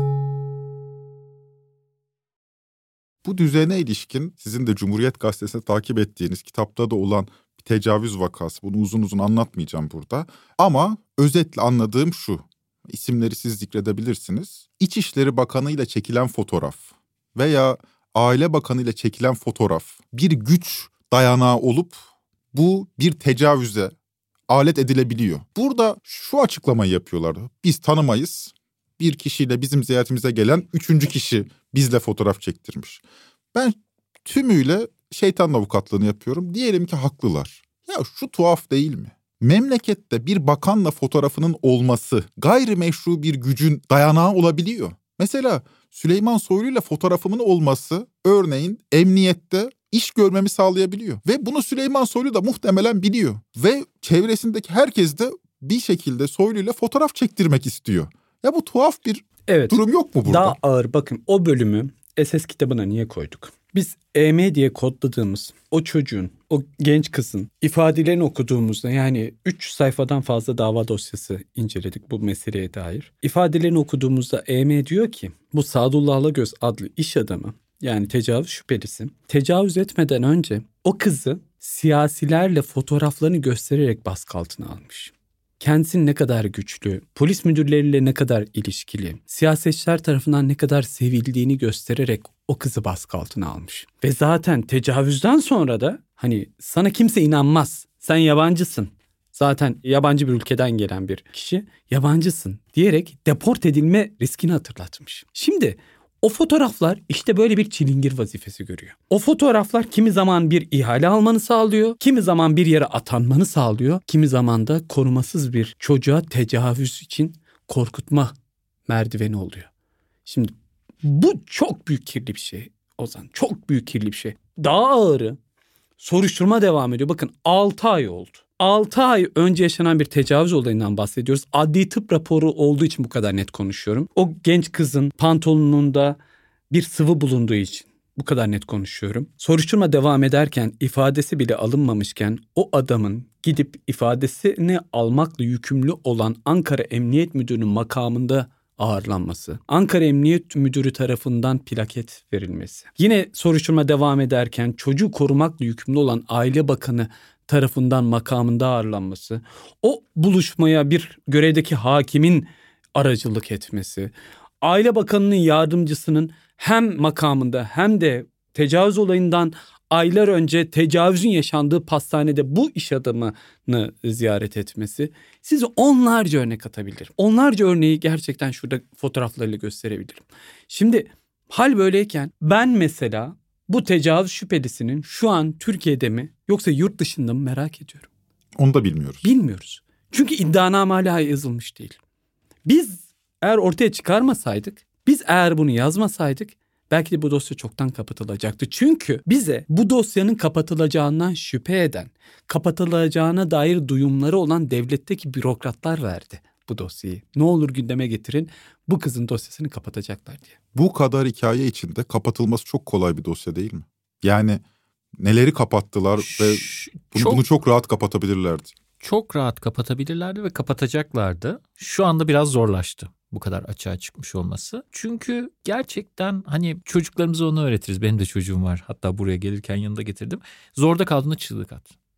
F: Bu düzene ilişkin sizin de Cumhuriyet Gazetesi'nde takip ettiğiniz kitapta da olan bir tecavüz vakası. Bunu uzun uzun anlatmayacağım burada. Ama özetle anladığım şu. İsimleri siz zikredebilirsiniz. İçişleri Bakanı ile çekilen fotoğraf veya Aile Bakanı ile çekilen fotoğraf bir güç dayanağı olup bu bir tecavüze alet edilebiliyor. Burada şu açıklamayı yapıyorlar. Biz tanımayız. Bir kişiyle bizim ziyaretimize gelen üçüncü kişi bizle fotoğraf çektirmiş. Ben tümüyle şeytan avukatlığını yapıyorum. Diyelim ki haklılar. Ya şu tuhaf değil mi? Memlekette bir bakanla fotoğrafının olması gayrimeşru bir gücün dayanağı olabiliyor. Mesela Süleyman Soylu'yla fotoğrafımın olması örneğin emniyette iş görmemi sağlayabiliyor. Ve bunu Süleyman Soylu da muhtemelen biliyor. Ve çevresindeki herkes de bir şekilde Soylu'yla fotoğraf çektirmek istiyor. Ya bu tuhaf bir evet, durum yok mu burada?
E: Daha ağır bakın o bölümü S S kitabına niye koyduk? Biz E M diye kodladığımız o çocuğun, o genç kızın ifadelerini okuduğumuzda yani üç sayfadan fazla dava dosyası inceledik bu meseleye dair. İfadelerini okuduğumuzda E M diyor ki bu Sadullah Alagöz adlı iş adamı yani tecavüz şüphelisi tecavüz etmeden önce o kızı siyasilerle fotoğraflarını göstererek baskı altına almış. Kendisinin ne kadar güçlü, polis müdürleriyle ne kadar ilişkili, siyasetçiler tarafından ne kadar sevildiğini göstererek o kızı baskı altına almış. Ve zaten tecavüzden sonra da hani sana kimse inanmaz, sen yabancısın. Zaten yabancı bir ülkeden gelen bir kişi yabancısın diyerek deport edilme riskini hatırlatmış. Şimdi o fotoğraflar işte böyle bir çilingir vazifesi görüyor. O fotoğraflar kimi zaman bir ihale almanı sağlıyor, kimi zaman bir yere atanmanı sağlıyor, kimi zaman da korumasız bir çocuğa tecavüz için korkutma merdiveni oluyor. Şimdi bu çok büyük kirli bir şey Ozan, çok büyük kirli bir şey. Daha ağırı soruşturma devam ediyor. Bakın altı ay oldu. altı ay önce yaşanan bir tecavüz olayından bahsediyoruz. Adli tıp raporu olduğu için bu kadar net konuşuyorum. O genç kızın pantolonunda bir sıvı bulunduğu için bu kadar net konuşuyorum. Soruşturma devam ederken ifadesi bile alınmamışken o adamın gidip ifadesini almakla yükümlü olan Ankara Emniyet Müdürü'nün makamında ağırlanması, Ankara Emniyet Müdürü tarafından plaket verilmesi. Yine soruşturma devam ederken çocuğu korumakla yükümlü olan Aile Bakanı tarafından makamında ağırlanması, o buluşmaya bir görevdeki hakimin aracılık etmesi, Aile Bakanı'nın yardımcısının hem makamında hem de tecavüz olayından aylar önce tecavüzün yaşandığı pastanede bu iş adamını ziyaret etmesi, size onlarca örnek atabilirim. Onlarca örneği gerçekten şurada fotoğraflarıyla gösterebilirim. Şimdi hal böyleyken ben mesela bu tecavüz şüphelisinin şu an Türkiye'de mi yoksa yurt dışında mı merak ediyorum.
F: Onu da bilmiyoruz.
E: Bilmiyoruz. Çünkü iddianame hala yazılmış değil. Biz eğer ortaya çıkarmasaydık, biz eğer bunu yazmasaydık belki de bu dosya çoktan kapatılacaktı. Çünkü bize bu dosyanın kapatılacağından şüphe eden, kapatılacağına dair duyumları olan devletteki bürokratlar verdi bu dosyayı. Ne olur gündeme getirin, bu kızın dosyasını kapatacaklar diye.
F: Bu kadar hikaye içinde kapatılması çok kolay bir dosya değil mi? Yani neleri kapattılar Şş, ve bunu çok, bunu çok rahat kapatabilirlerdi.
D: Çok rahat kapatabilirlerdi ve kapatacaklardı. Şu anda biraz zorlaştı bu kadar açığa çıkmış olması. Çünkü gerçekten hani çocuklarımıza onu öğretiriz. Benim de çocuğum var. Hatta buraya gelirken yanında getirdim. Zorda kaldığında çığlık at.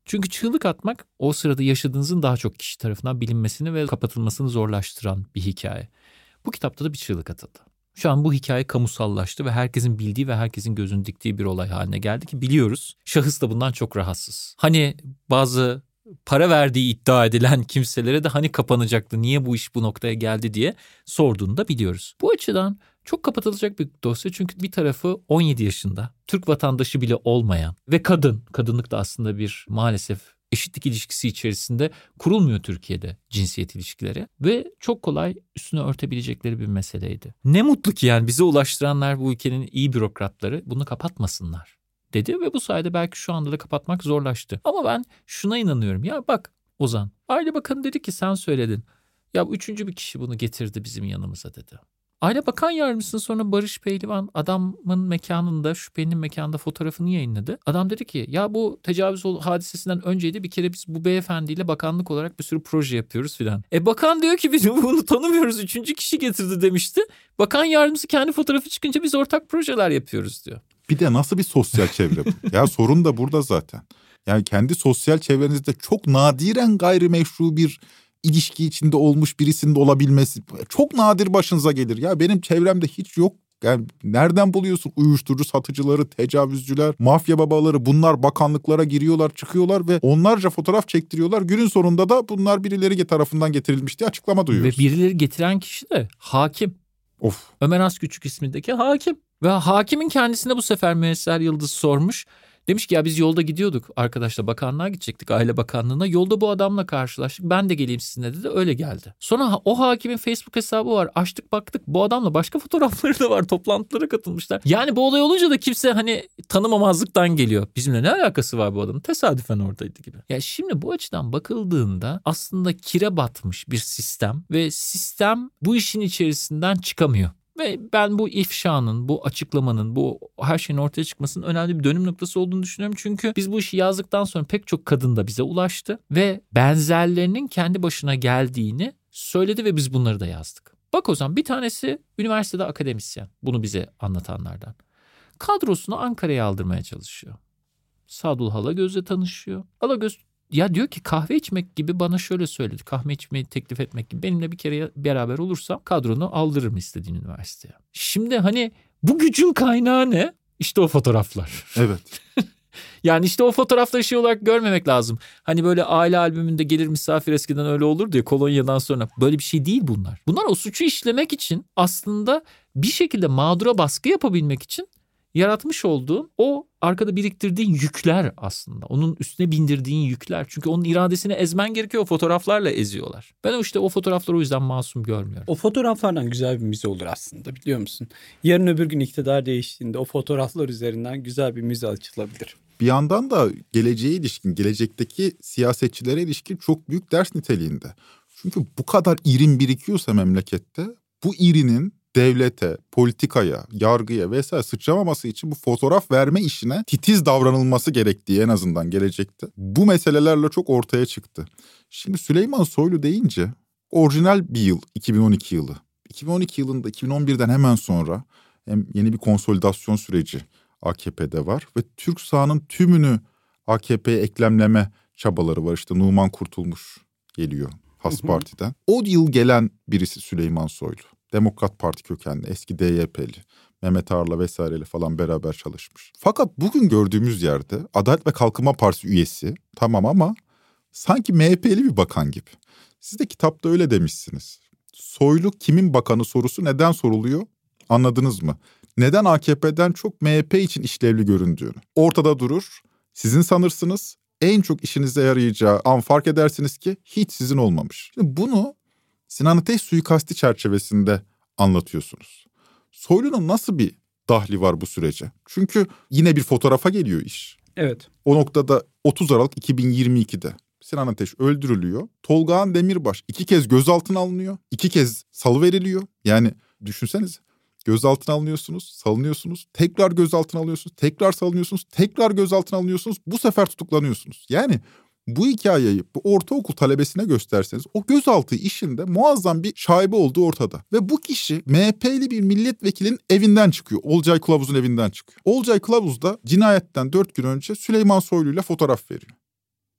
D: Çünkü çığlık atmak o sırada yaşadığınızın daha çok kişi tarafından bilinmesini ve kapatılmasını zorlaştıran bir hikaye. Bu kitapta da bir çığlık atıldı. Şu an bu hikaye kamusallaştı ve herkesin bildiği ve herkesin gözünü diktiği bir olay haline geldi ki biliyoruz. Şahıs da bundan çok rahatsız. Hani bazı para verdiği iddia edilen kimselere de hani kapanacaktı, niye bu iş bu noktaya geldi diye sorduğunu da biliyoruz. Bu açıdan çok kapatılacak bir dosya çünkü bir tarafı on yedi yaşında, Türk vatandaşı bile olmayan ve kadın, kadınlık da aslında bir maalesef eşitlik ilişkisi içerisinde kurulmuyor Türkiye'de cinsiyet ilişkileri ve çok kolay üstüne örtebilecekleri bir meseleydi. Ne mutlu ki yani bize ulaştıranlar bu ülkenin iyi bürokratları bunu kapatmasınlar dedi ve bu sayede belki şu anda da kapatmak zorlaştı. Ama ben şuna inanıyorum. Ya bak Ozan, Aile Bakanı dedi ki sen söyledin. Ya üçüncü bir kişi bunu getirdi bizim yanımıza dedi. Aile Bakan Yardımcısı sonra Barış Pehlivan adamın mekanında, şüphelinin mekanında fotoğrafını yayınladı. Adam dedi ki ya bu tecavüz hadisesinden önceydi, bir kere biz bu beyefendiyle bakanlık olarak bir sürü proje yapıyoruz filan. E bakan diyor ki biz bunu tanımıyoruz, üçüncü kişi getirdi demişti. Bakan Yardımcısı kendi fotoğrafı çıkınca biz ortak projeler yapıyoruz diyor.
F: Bir de nasıl bir sosyal çevre bu? Ya sorun da burada zaten. Yani kendi sosyal çevrenizde çok nadiren gayrimeşru bir ilişki içinde olmuş birisinin de olabilmesi çok nadir başınıza gelir. Ya benim çevremde hiç yok. Yani nereden buluyorsun uyuşturucu satıcıları, tecavüzcüler, mafya babaları, bunlar bakanlıklara giriyorlar, çıkıyorlar ve onlarca fotoğraf çektiriyorlar. Günün sonunda da bunlar birileri tarafından getirilmiş diye açıklama duyuyoruz.
D: Ve birileri getiren kişi de hakim.
F: Of.
D: Ömer Asküçük ismindeki hakim. Ve hakimin kendisine bu sefer Müesser Yıldız sormuş. Demiş ki ya biz yolda gidiyorduk arkadaşla, bakanlığa gidecektik, Aile Bakanlığı'na. Yolda bu adamla karşılaştık, ben de geleyim sizinle dedi, öyle geldi. Sonra o hakimin Facebook hesabı var, açtık baktık bu adamla başka fotoğrafları da var, toplantılara katılmışlar. Yani bu olay olunca da kimse hani tanımamazlıktan geliyor. Bizimle ne alakası var bu adamın, tesadüfen oradaydı gibi. Ya şimdi bu açıdan bakıldığında aslında kire batmış bir sistem ve sistem bu işin içerisinden çıkamıyor. Ve ben bu ifşanın, bu açıklamanın, bu her şeyin ortaya çıkmasının önemli bir dönüm noktası olduğunu düşünüyorum. Çünkü biz bu işi yazdıktan sonra pek çok kadın da bize ulaştı ve benzerlerinin kendi başına geldiğini söyledi ve biz bunları da yazdık. Bak o zaman bir tanesi üniversitede akademisyen, bunu bize anlatanlardan. Kadrosunu Ankara'ya aldırmaya çalışıyor. Sadullah Alagöz'le tanışıyor. Alagöz ya diyor ki kahve içmek gibi bana şöyle söyledi. Kahve içmeyi teklif etmek gibi. Benimle bir kere beraber olursam kadronu aldırırım istediğin üniversiteye. Şimdi hani bu gücün kaynağı ne? İşte o fotoğraflar.
F: Evet.
D: Yani işte o fotoğrafları şey olarak görmemek lazım. Hani böyle aile albümünde gelir misafir eskiden öyle olurdu ya, kolonyadan sonra. Böyle bir şey değil bunlar. Bunlar o suçu işlemek için aslında bir şekilde mağdura baskı yapabilmek için yaratmış olduğun o arkada biriktirdiğin yükler aslında. Onun üstüne bindirdiğin yükler. Çünkü onun iradesini ezmen gerekiyor. O fotoğraflarla eziyorlar. Ben işte o fotoğrafları o yüzden masum görmüyorum.
E: O fotoğraflardan güzel bir müze olur aslında, biliyor musun? Yarın öbür gün iktidar değiştiğinde o fotoğraflar üzerinden güzel bir müze açılabilir.
F: Bir yandan da geleceğe ilişkin, gelecekteki siyasetçilere ilişkin çok büyük ders niteliğinde. Çünkü bu kadar irin birikiyorsa memlekette, bu irinin devlete, politikaya, yargıya vesaire sıçramaması için bu fotoğraf verme işine titiz davranılması gerektiği en azından gelecekte. Bu meselelerle çok ortaya çıktı. Şimdi Süleyman Soylu deyince orijinal bir yıl iki bin on iki yılı. iki bin on iki yılında iki bin on birden hemen sonra hem yeni bir konsolidasyon süreci A K P'de var ve Türk sağının tümünü A K P'ye eklemleme çabaları var. İşte Numan Kurtulmuş geliyor Has Parti'den. O yıl gelen birisi Süleyman Soylu. Demokrat Parti kökenli, eski D Y P'li, Mehmet Ağar'la vesaireyle falan beraber çalışmış. Fakat bugün gördüğümüz yerde Adalet ve Kalkınma Partisi üyesi, tamam ama sanki M H P'li bir bakan gibi. Siz de kitapta öyle demişsiniz. Soylu kimin bakanı sorusu neden soruluyor? Anladınız mı? Neden A K P'den çok M H P için işlevli göründüğünü. Ortada durur, sizin sanırsınız, en çok işinize yarayacağı an fark edersiniz ki hiç sizin olmamış. Şimdi bunu Sinan Ateş suikasti çerçevesinde anlatıyorsunuz. Soylu'nun nasıl bir dahli var bu sürece? Çünkü yine bir fotoğrafa geliyor iş.
E: Evet.
F: O noktada otuz Aralık iki bin yirmi ikide Sinan Ateş öldürülüyor. Tolgahan Demirbaş iki kez gözaltına alınıyor. iki kez salıveriliyor. Yani düşünsenize, gözaltına alınıyorsunuz, salınıyorsunuz, tekrar gözaltına alıyorsunuz, tekrar salınıyorsunuz, tekrar gözaltına alınıyorsunuz, bu sefer tutuklanıyorsunuz. Yani bu hikayeyi bu ortaokul talebesine gösterseniz o gözaltı işinde muazzam bir şaibe olduğu ortada. Ve bu kişi M H P'li bir milletvekilinin evinden çıkıyor. Olcay Kılavuz'un evinden çıkıyor. Olcay Kılavuz da cinayetten dört gün önce Süleyman Soylu ile fotoğraf veriyor.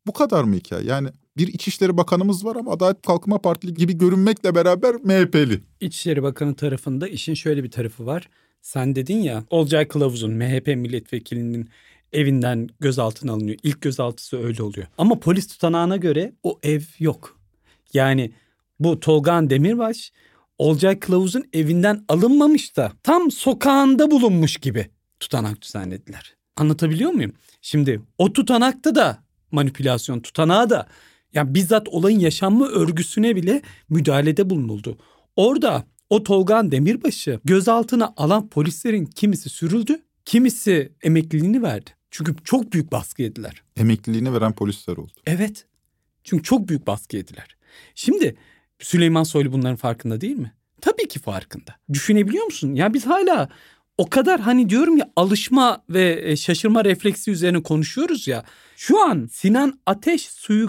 F: Bu kadar mı hikaye? Yani bir İçişleri Bakanımız var ama Adalet Kalkınma Partili gibi görünmekle beraber M H P'li.
E: İçişleri Bakanı tarafında işin şöyle bir tarafı var. Sen dedin ya, Olcay Kılavuz'un, M H P milletvekilinin evinden gözaltına alınıyor. İlk gözaltısı öyle oluyor. Ama polis tutanağına göre o ev yok. Yani bu Tolga Demirbaş Olcay Kılavuz'un evinden alınmamış da tam sokağında bulunmuş gibi tutanak düzenlediler. Anlatabiliyor muyum? Şimdi o tutanakta da manipülasyon, tutanağı da yani bizzat olayın yaşanma örgüsüne bile müdahalede bulunuldu. Orada o Tolga Demirbaş'ı gözaltına alan polislerin kimisi sürüldü, kimisi emekliliğini verdi. Çünkü çok büyük baskı yediler.
F: Emekliliğini veren polisler oldu.
E: Evet. Çünkü çok büyük baskı yediler. Şimdi Süleyman Soylu bunların farkında değil mi? Tabii ki farkında. Düşünebiliyor musun? Ya biz hala o kadar hani diyorum ya alışma ve şaşırma refleksi üzerine konuşuyoruz ya. Şu an Sinan Ateş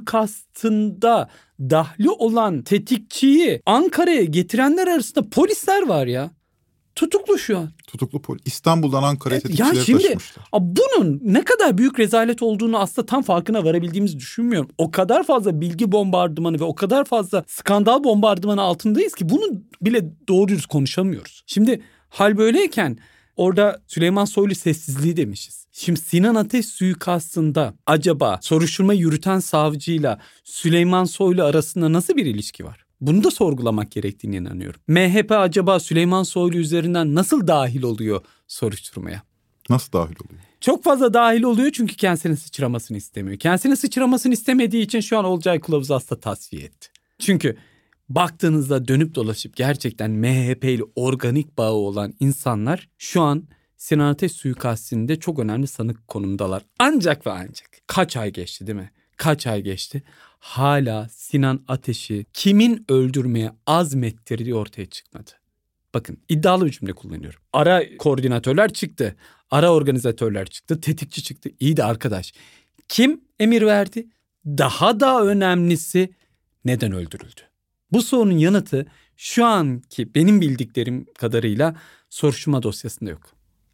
E: suikastında dahli olan tetikçiyi Ankara'ya getirenler arasında polisler var ya. Tutuklu şu an.
F: Tutuklu polis. İstanbul'dan Ankara'ya tetikçileri
E: ya şimdi,
F: taşımışlar.
E: Bunun ne kadar büyük rezalet olduğunu aslında tam farkına varabildiğimizi düşünmüyorum. O kadar fazla bilgi bombardımanı ve o kadar fazla skandal bombardımanı altındayız ki bunu bile doğru düz konuşamıyoruz. Şimdi hal böyleyken orada Süleyman Soylu sessizliği demişiz. Şimdi Sinan Ateş suikastında acaba soruşturma yürüten savcıyla Süleyman Soylu arasında nasıl bir ilişki var? Bunu da sorgulamak gerektiğine inanıyorum. M H P acaba Süleyman Soylu üzerinden nasıl dahil oluyor soruşturmaya?
F: Nasıl dahil oluyor?
E: Çok fazla dahil oluyor çünkü kendisinin sıçramasını istemiyor. Kendisinin sıçramasını istemediği için şu an Olcay Kılavuz'u aslında tasfiye etti. Çünkü baktığınızda dönüp dolaşıp gerçekten M H P ile organik bağı olan insanlar şu an Sinan Ateş suikastinde çok önemli sanık konumdalar. Ancak ve ancak kaç ay geçti değil mi? Kaç ay geçti? Hala Sinan Ateş'i kimin öldürmeye azmettirdiği ortaya çıkmadı. Bakın iddialı bir cümle kullanıyorum. Ara koordinatörler çıktı. Ara organizatörler çıktı. Tetikçi çıktı. İyi de arkadaş kim emir verdi? Daha da önemlisi neden öldürüldü? Bu sorunun yanıtı şu anki benim bildiklerim kadarıyla soruşturma dosyasında yok.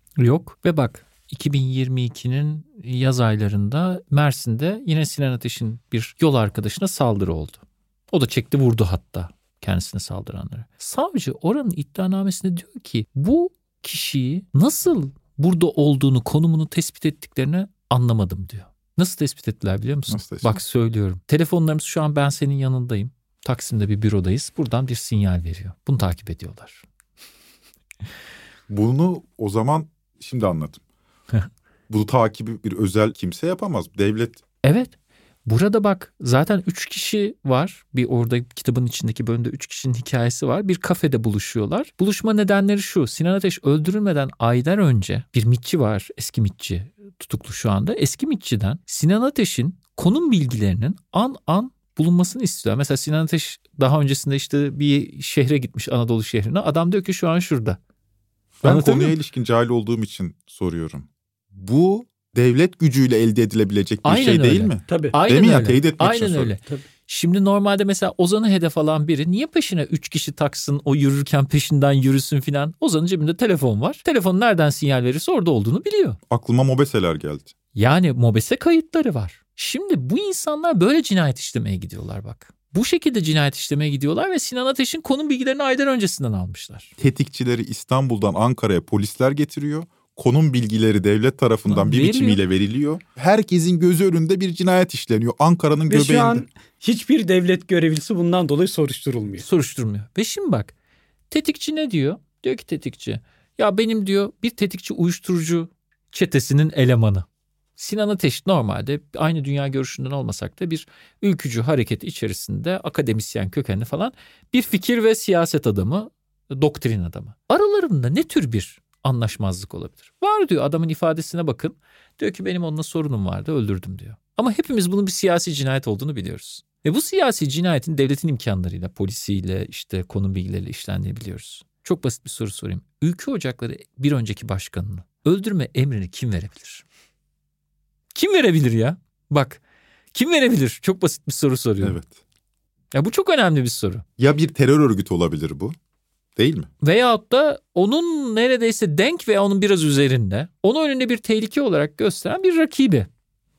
D: Yok ve bak iki bin yirmi ikinin yaz aylarında Mersin'de yine Sinan Ateş'in bir yol arkadaşına saldırı oldu. O da çekti vurdu hatta kendisine saldıranları. Savcı oranın iddianamesinde diyor ki bu kişiyi nasıl burada olduğunu, konumunu tespit ettiklerini anlamadım diyor. Nasıl tespit ettiler biliyor musun? Bak söylüyorum. Telefonlarımız şu an ben senin yanındayım. Taksim'de bir bürodayız. Buradan bir sinyal veriyor. Bunu takip ediyorlar.
F: Bunu o zaman şimdi anladım. Bu takibi bir özel kimse yapamaz. Devlet.
D: Evet. Burada bak zaten üç kişi var. Bir orada kitabın içindeki bölümde üç kişinin hikayesi var. Bir kafede buluşuyorlar. Buluşma nedenleri şu. Sinan Ateş öldürülmeden aylar önce bir mitçi var. Eski mitçi tutuklu şu anda. Eski mitçiden Sinan Ateş'in konum bilgilerinin an an bulunmasını istiyor. Mesela Sinan Ateş daha öncesinde işte bir şehre gitmiş, Anadolu şehrine. Adam diyor ki şu an şurada.
F: Ben konuya ilişkin cahil olduğum için soruyorum. Bu devlet gücüyle elde edilebilecek bir
D: Aynen
F: şey
D: öyle.
F: değil mi?
E: Tabii.
D: Aynen
F: değil mi
D: öyle.
F: ya? Teyit etmek
D: Aynen
F: için
D: öyle.
E: Tabii.
D: Şimdi normalde mesela Ozan'ı hedef alan biri niye peşine üç kişi taksın, o yürürken peşinden yürüsün filan? Ozan'ın cebinde telefon var. Telefon nereden sinyal verirse orada olduğunu biliyor.
F: Aklıma mobeseler geldi.
D: Yani mobese kayıtları var. Şimdi bu insanlar böyle cinayet işlemeye gidiyorlar bak. Bu şekilde cinayet işlemeye gidiyorlar ve Sinan Ateş'in konum bilgilerini aylar öncesinden almışlar.
F: Tetikçileri İstanbul'dan Ankara'ya polisler getiriyor. Konum bilgileri devlet tarafından bir
D: Veriyor.
F: biçimiyle veriliyor. Herkesin gözü önünde bir cinayet işleniyor. Ankara'nın
E: Ve
F: göbeğinde.
E: şu an hiçbir devlet görevlisi bundan dolayı soruşturulmuyor.
D: Soruşturmuyor. Ve şimdi bak tetikçi ne diyor? Diyor ki tetikçi ya benim diyor bir tetikçi uyuşturucu çetesinin elemanı. Sinan Ateş normalde aynı dünya görüşünden olmasak da bir ülkücü hareketi içerisinde akademisyen kökenli falan bir fikir ve siyaset adamı, doktrin adamı. Aralarında ne tür bir anlaşmazlık olabilir? Var diyor adamın ifadesine bakın. Diyor ki benim onunla sorunum vardı öldürdüm diyor. Ama hepimiz bunun bir siyasi cinayet olduğunu biliyoruz. Ve bu siyasi cinayetin devletin imkanlarıyla, polisiyle, işte konum bilgileriyle işlendiğini biliyoruz. Çok basit bir soru sorayım. Ülke Ocakları bir önceki başkanını öldürme emrini kim verebilir? Kim verebilir ya? Bak kim verebilir? Çok basit bir soru soruyorum.
F: Evet.
D: Ya bu çok önemli bir soru.
F: Ya bir terör örgütü olabilir bu. Değil mi?
D: Veyahut da onun neredeyse denk veya onun biraz üzerinde, onu önünde bir tehlike olarak gösteren bir rakibi.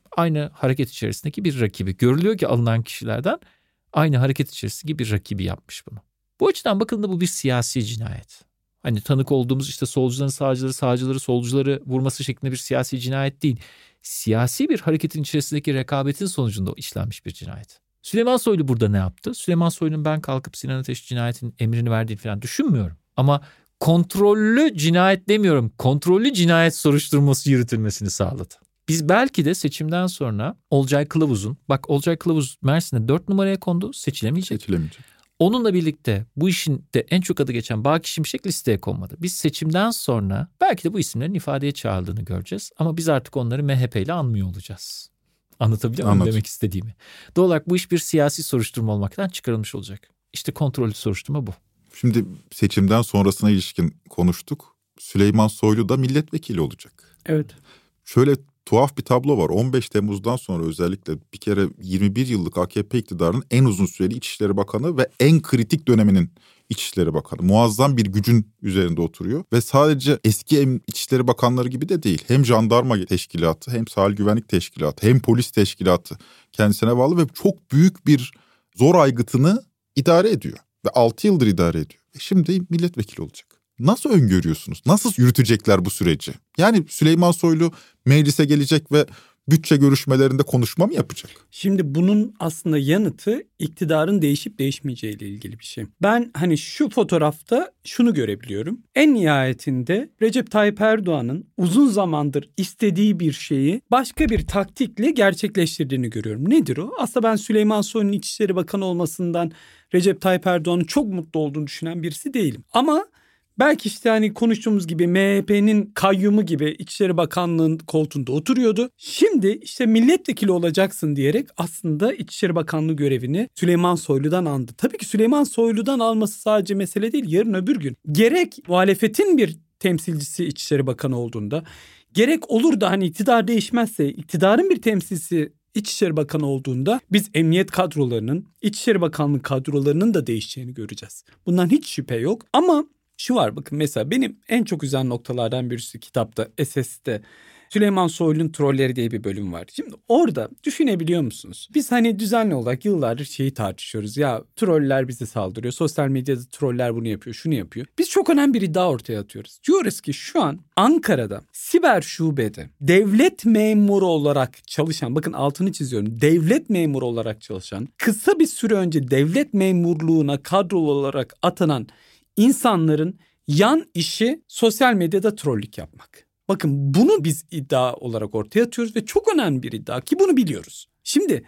D: Aynı hareket içerisindeki bir rakibi. Görülüyor ki alınan kişilerden aynı hareket içerisindeki bir rakibi yapmış bunu. Bu açıdan bakıldığında bu bir siyasi cinayet. Hani tanık olduğumuz işte solcuların sağcıları, sağcıları solcuları vurması şeklinde bir siyasi cinayet değil. Siyasi bir hareketin içerisindeki rekabetin sonucunda işlenmiş bir cinayet. Süleyman Soylu burada ne yaptı? Süleyman Soylu'nun ben kalkıp Sinan Ateş cinayetinin emrini verdiğini falan düşünmüyorum. Ama kontrollü cinayet demiyorum, kontrollü cinayet soruşturması yürütülmesini sağladı. Biz belki de seçimden sonra Olcay Kılavuz'un, bak Olcay Kılavuz Mersin'de dört numaraya kondu, seçilemeyecek.
F: Seçilemeyecek.
D: Onunla birlikte bu işin de en çok adı geçen Baki Şimşek listeye konmadı. Biz seçimden sonra belki de bu isimlerin ifadeye çağrıldığını göreceğiz. Ama biz artık onları M H P ile anmıyor olacağız. Anlatabiliyor muyum demek istediğimi? Doğal olarak bu iş bir siyasi soruşturma olmaktan çıkarılmış olacak. İşte kontrollü soruşturma bu.
F: Şimdi seçimden sonrasına ilişkin konuştuk. Süleyman Soylu da milletvekili olacak.
E: Evet.
F: Şöyle tuhaf bir tablo var. on beş Temmuz'dan sonra özellikle bir kere yirmi bir yıllık A K P iktidarının en uzun süreli İçişleri Bakanı ve en kritik döneminin İçişleri Bakanı. Muazzam bir gücün üzerinde oturuyor ve sadece eski İçişleri Bakanları gibi de değil. Hem jandarma teşkilatı, hem sahil güvenlik teşkilatı, hem polis teşkilatı kendisine bağlı ve çok büyük bir zor aygıtını idare ediyor. Ve altı yıldır idare ediyor. Ve şimdi milletvekili olacak. Nasıl öngörüyorsunuz? Nasıl yürütecekler bu süreci? Yani Süleyman Soylu meclise gelecek ve bütçe görüşmelerinde konuşma mı yapacak?
E: Şimdi bunun aslında yanıtı iktidarın değişip değişmeyeceğiyle ilgili bir şey. Ben hani şu fotoğrafta şunu görebiliyorum. En nihayetinde Recep Tayyip Erdoğan'ın uzun zamandır istediği bir şeyi başka bir taktikle gerçekleştirdiğini görüyorum. Nedir o? Aslında ben Süleyman Soylu'nun İçişleri Bakanı olmasından Recep Tayyip Erdoğan'ın çok mutlu olduğunu düşünen birisi değilim. Ama belki işte hani konuştuğumuz gibi M H P'nin kayyumu gibi İçişleri Bakanlığı'nın koltuğunda oturuyordu. Şimdi işte milletvekili olacaksın diyerek aslında İçişleri Bakanlığı görevini Süleyman Soylu'dan aldı. Tabii ki Süleyman Soylu'dan alması sadece mesele değil. Yarın öbür gün gerek muhalefetin bir temsilcisi İçişleri Bakanı olduğunda, gerek olur da hani iktidar değişmezse iktidarın bir temsilcisi İçişleri Bakanı olduğunda biz emniyet kadrolarının, İçişleri Bakanlığı kadrolarının da değişeceğini göreceğiz. Bundan hiç şüphe yok ama şu var bakın mesela benim en çok üzen noktalardan birisi kitapta S S'te Süleyman Soylu'nun trolleri diye bir bölüm var. Şimdi orada düşünebiliyor musunuz? Biz hani düzenli olarak yıllardır şeyi tartışıyoruz. Ya troller bize saldırıyor. Sosyal medyada troller bunu yapıyor, şunu yapıyor. Biz çok önemli bir iddia ortaya atıyoruz. Diyoruz ki şu an Ankara'da siber şubede devlet memuru olarak çalışan, bakın altını çiziyorum. Devlet memuru olarak çalışan, kısa bir süre önce devlet memurluğuna kadrolu olarak atanan İnsanların yan işi sosyal medyada trollük yapmak. Bakın bunu biz iddia olarak ortaya atıyoruz ve çok önemli bir iddia ki bunu biliyoruz. Şimdi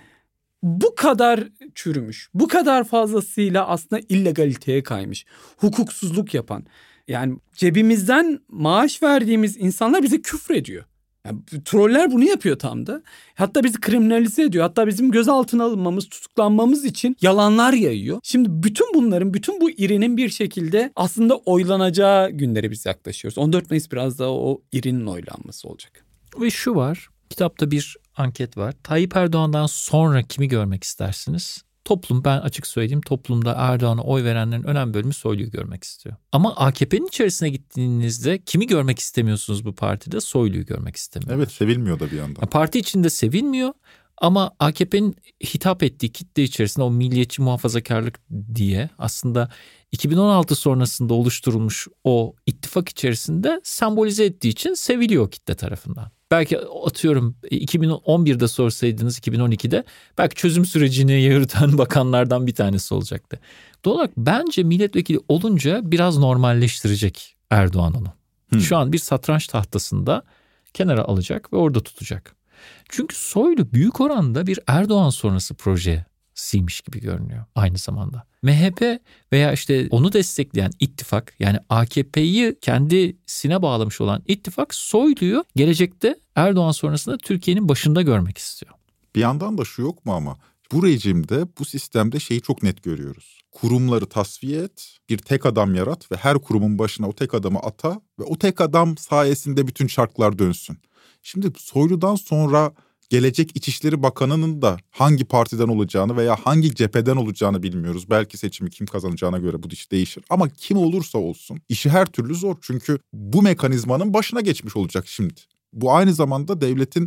E: bu kadar çürümüş, bu kadar fazlasıyla aslında illegaliteye kaymış, hukuksuzluk yapan, yani cebimizden maaş verdiğimiz insanlar bize küfrediyor. Yani troller bunu yapıyor tam da. Hatta bizi kriminalize ediyor. Hatta bizim gözaltına alınmamız, tutuklanmamız için yalanlar yayıyor. Şimdi bütün bunların, bütün bu irinin bir şekilde aslında oylanacağı günlere biz yaklaşıyoruz. on dört Mayıs biraz daha o irinin oylanması olacak.
D: Ve şu var, kitapta bir anket var. Tayyip Erdoğan'dan sonra kimi görmek istersiniz? Toplum, ben açık söyleyeyim, toplumda Erdoğan'a oy verenlerin önemli bölümü Soylu'yu görmek istiyor. Ama A K P'nin içerisine gittiğinizde kimi görmek istemiyorsunuz bu partide? Soylu'yu görmek istemiyor.
F: Evet, sevilmiyor da bir yandan.
D: Yani parti içinde sevilmiyor ama A K P'nin hitap ettiği kitle içerisinde o milliyetçi muhafazakarlık diye aslında iki bin on altı sonrasında oluşturulmuş o ittifak içerisinde sembolize ettiği için seviliyor kitle tarafından. Belki atıyorum iki bin on birde sorsaydınız iki bin on ikide belki çözüm sürecini yürüten bakanlardan bir tanesi olacaktı. Doğal olarak bence milletvekili olunca biraz normalleştirecek Erdoğan onu. Hmm. Şu an bir satranç tahtasında kenara alacak ve orada tutacak. Çünkü Soylu büyük oranda bir Erdoğan sonrası projesiymiş gibi görünüyor aynı zamanda. M H P veya işte onu destekleyen ittifak, yani A K P'yi kendisine bağlamış olan ittifak Soylu'yu gelecekte Erdoğan sonrasında Türkiye'nin başında görmek istiyor.
F: Bir yandan da şu yok mu ama bu rejimde, bu sistemde şeyi çok net görüyoruz. Kurumları tasfiye et, bir tek adam yarat ve her kurumun başına o tek adamı ata ve o tek adam sayesinde bütün çarklar dönsün. Şimdi Soylu'dan sonra gelecek İçişleri Bakanı'nın da hangi partiden olacağını veya hangi cepheden olacağını bilmiyoruz. Belki seçimi kim kazanacağına göre bu iş değişir. Ama kim olursa olsun işi her türlü zor. Çünkü bu mekanizmanın başına geçmiş olacak şimdi. Bu aynı zamanda devletin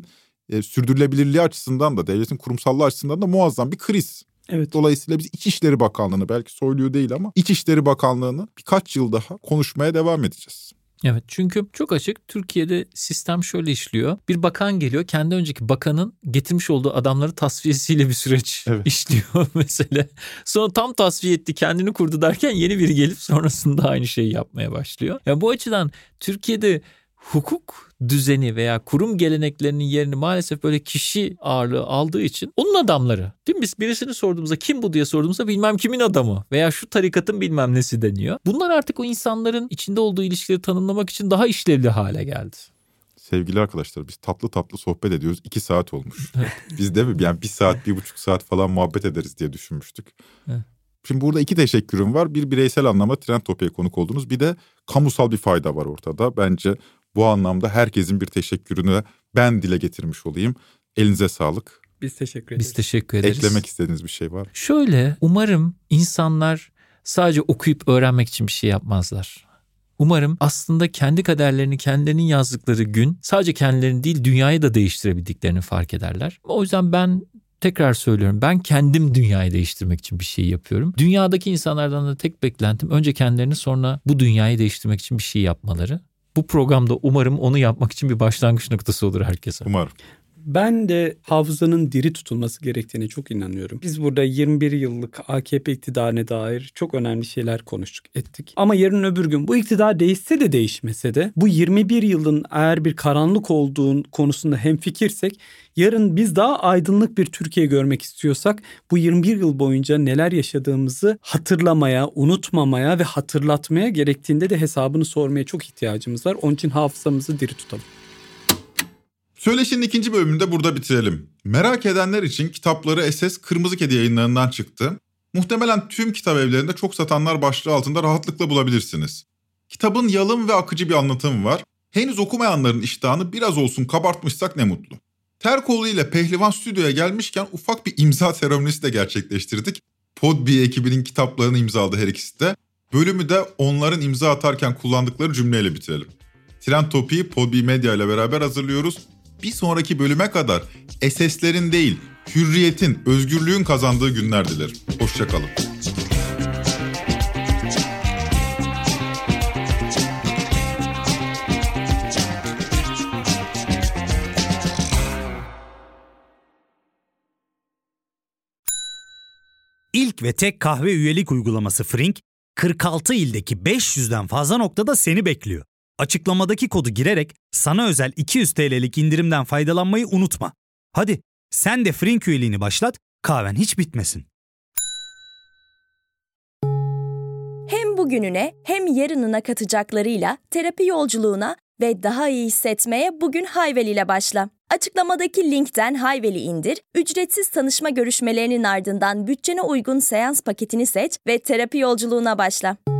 F: e, sürdürülebilirliği açısından da devletin kurumsallığı açısından da muazzam bir kriz.
E: Evet.
F: Dolayısıyla biz İçişleri Bakanlığı'nı, belki Soylu'yu değil ama İçişleri Bakanlığı'nı birkaç yıl daha konuşmaya devam edeceğiz.
D: Evet, çünkü çok açık, Türkiye'de sistem şöyle işliyor. Bir bakan geliyor, kendi önceki bakanın getirmiş olduğu adamları tasfiyesiyle bir süreç
F: evet.
D: işliyor mesela. Sonra tam tasfiye etti, kendini kurdu derken yeni biri gelip sonrasında aynı şeyi yapmaya başlıyor. Yani bu açıdan Türkiye'de hukuk düzeni veya kurum geleneklerinin yerini maalesef böyle kişi ağırlığı aldığı için onun adamları. Değil mi? Biz birisini sorduğumuzda kim bu diye sorduğumuzda bilmem kimin adamı veya şu tarikatın bilmem nesi deniyor. Bunlar artık o insanların içinde olduğu ilişkileri tanımlamak için daha işlevli hale geldi.
F: Sevgili arkadaşlar, biz tatlı tatlı sohbet ediyoruz. İki saat olmuş. Biz de mi yani bir saat, bir buçuk saat falan muhabbet ederiz diye düşünmüştük.
D: Evet.
F: Şimdi burada iki teşekkürüm var. Bir, bireysel anlamda Trendtopia'ya konuk oldunuz. Bir de kamusal bir fayda var ortada. Bence bu anlamda herkesin bir teşekkürünü ben dile getirmiş olayım. Elinize sağlık.
E: Biz teşekkür ederiz.
D: Biz teşekkür ederiz.
F: Eklemek istediğiniz bir şey var mı?
D: Şöyle, umarım insanlar sadece okuyup öğrenmek için bir şey yapmazlar. Umarım aslında kendi kaderlerini, kendilerinin yazdıkları gün sadece kendilerini değil dünyayı da değiştirebildiklerini fark ederler. O yüzden ben tekrar söylüyorum, ben kendim dünyayı değiştirmek için bir şey yapıyorum. Dünyadaki insanlardan da tek beklentim önce kendilerini, sonra bu dünyayı değiştirmek için bir şey yapmaları. Bu programda umarım onu yapmak için bir başlangıç noktası olur herkese.
F: Umarım.
E: Ben de hafızanın diri tutulması gerektiğine çok inanıyorum. Biz burada yirmi bir yıllık A K P iktidarına dair çok önemli şeyler konuştuk, ettik. Ama yarın öbür gün bu iktidar değişse de değişmese de bu yirmi bir yılın eğer bir karanlık olduğu konusunda hemfikirsek, yarın biz daha aydınlık bir Türkiye görmek istiyorsak bu yirmi bir yıl boyunca neler yaşadığımızı hatırlamaya, unutmamaya ve hatırlatmaya, gerektiğinde de hesabını sormaya çok ihtiyacımız var. Onun için hafızamızı diri tutalım.
C: Söyleşinin ikinci bölümünde burada bitirelim. Merak edenler için kitapları S S Kırmızı Kedi yayınlarından çıktı. Muhtemelen tüm kitap evlerinde çok satanlar başlığı altında rahatlıkla bulabilirsiniz. Kitabın yalın ve akıcı bir anlatımı var. Henüz okumayanların iştahını biraz olsun kabartmışsak ne mutlu. Terkoğlu ile Pehlivan stüdyoya gelmişken ufak bir imza seremonisi de gerçekleştirdik. Podbi ekibinin kitaplarını imzaladı her ikisi de. Bölümü de onların imza atarken kullandıkları cümleyle bitirelim. Trendtopia'yı Podbi Medya ile beraber hazırlıyoruz. Bir sonraki bölüme kadar S S'lerin değil, hürriyetin, özgürlüğün kazandığı günler dilerim. Hoşça kalın.
A: İlk ve tek kahve üyelik uygulaması Frink, kırk altı ildeki beş yüzden fazla noktada seni bekliyor. Açıklamadaki kodu girerek sana özel iki yüz TL'lik indirimden faydalanmayı unutma. Hadi sen de Frink üyeliğini başlat, kahven hiç bitmesin.
B: Hem bugününe hem yarınına katacaklarıyla terapi yolculuğuna ve daha iyi hissetmeye bugün Hayvel ile başla. Açıklamadaki linkten Hayvel'i indir, ücretsiz tanışma görüşmelerinin ardından bütçene uygun seans paketini seç ve terapi yolculuğuna başla.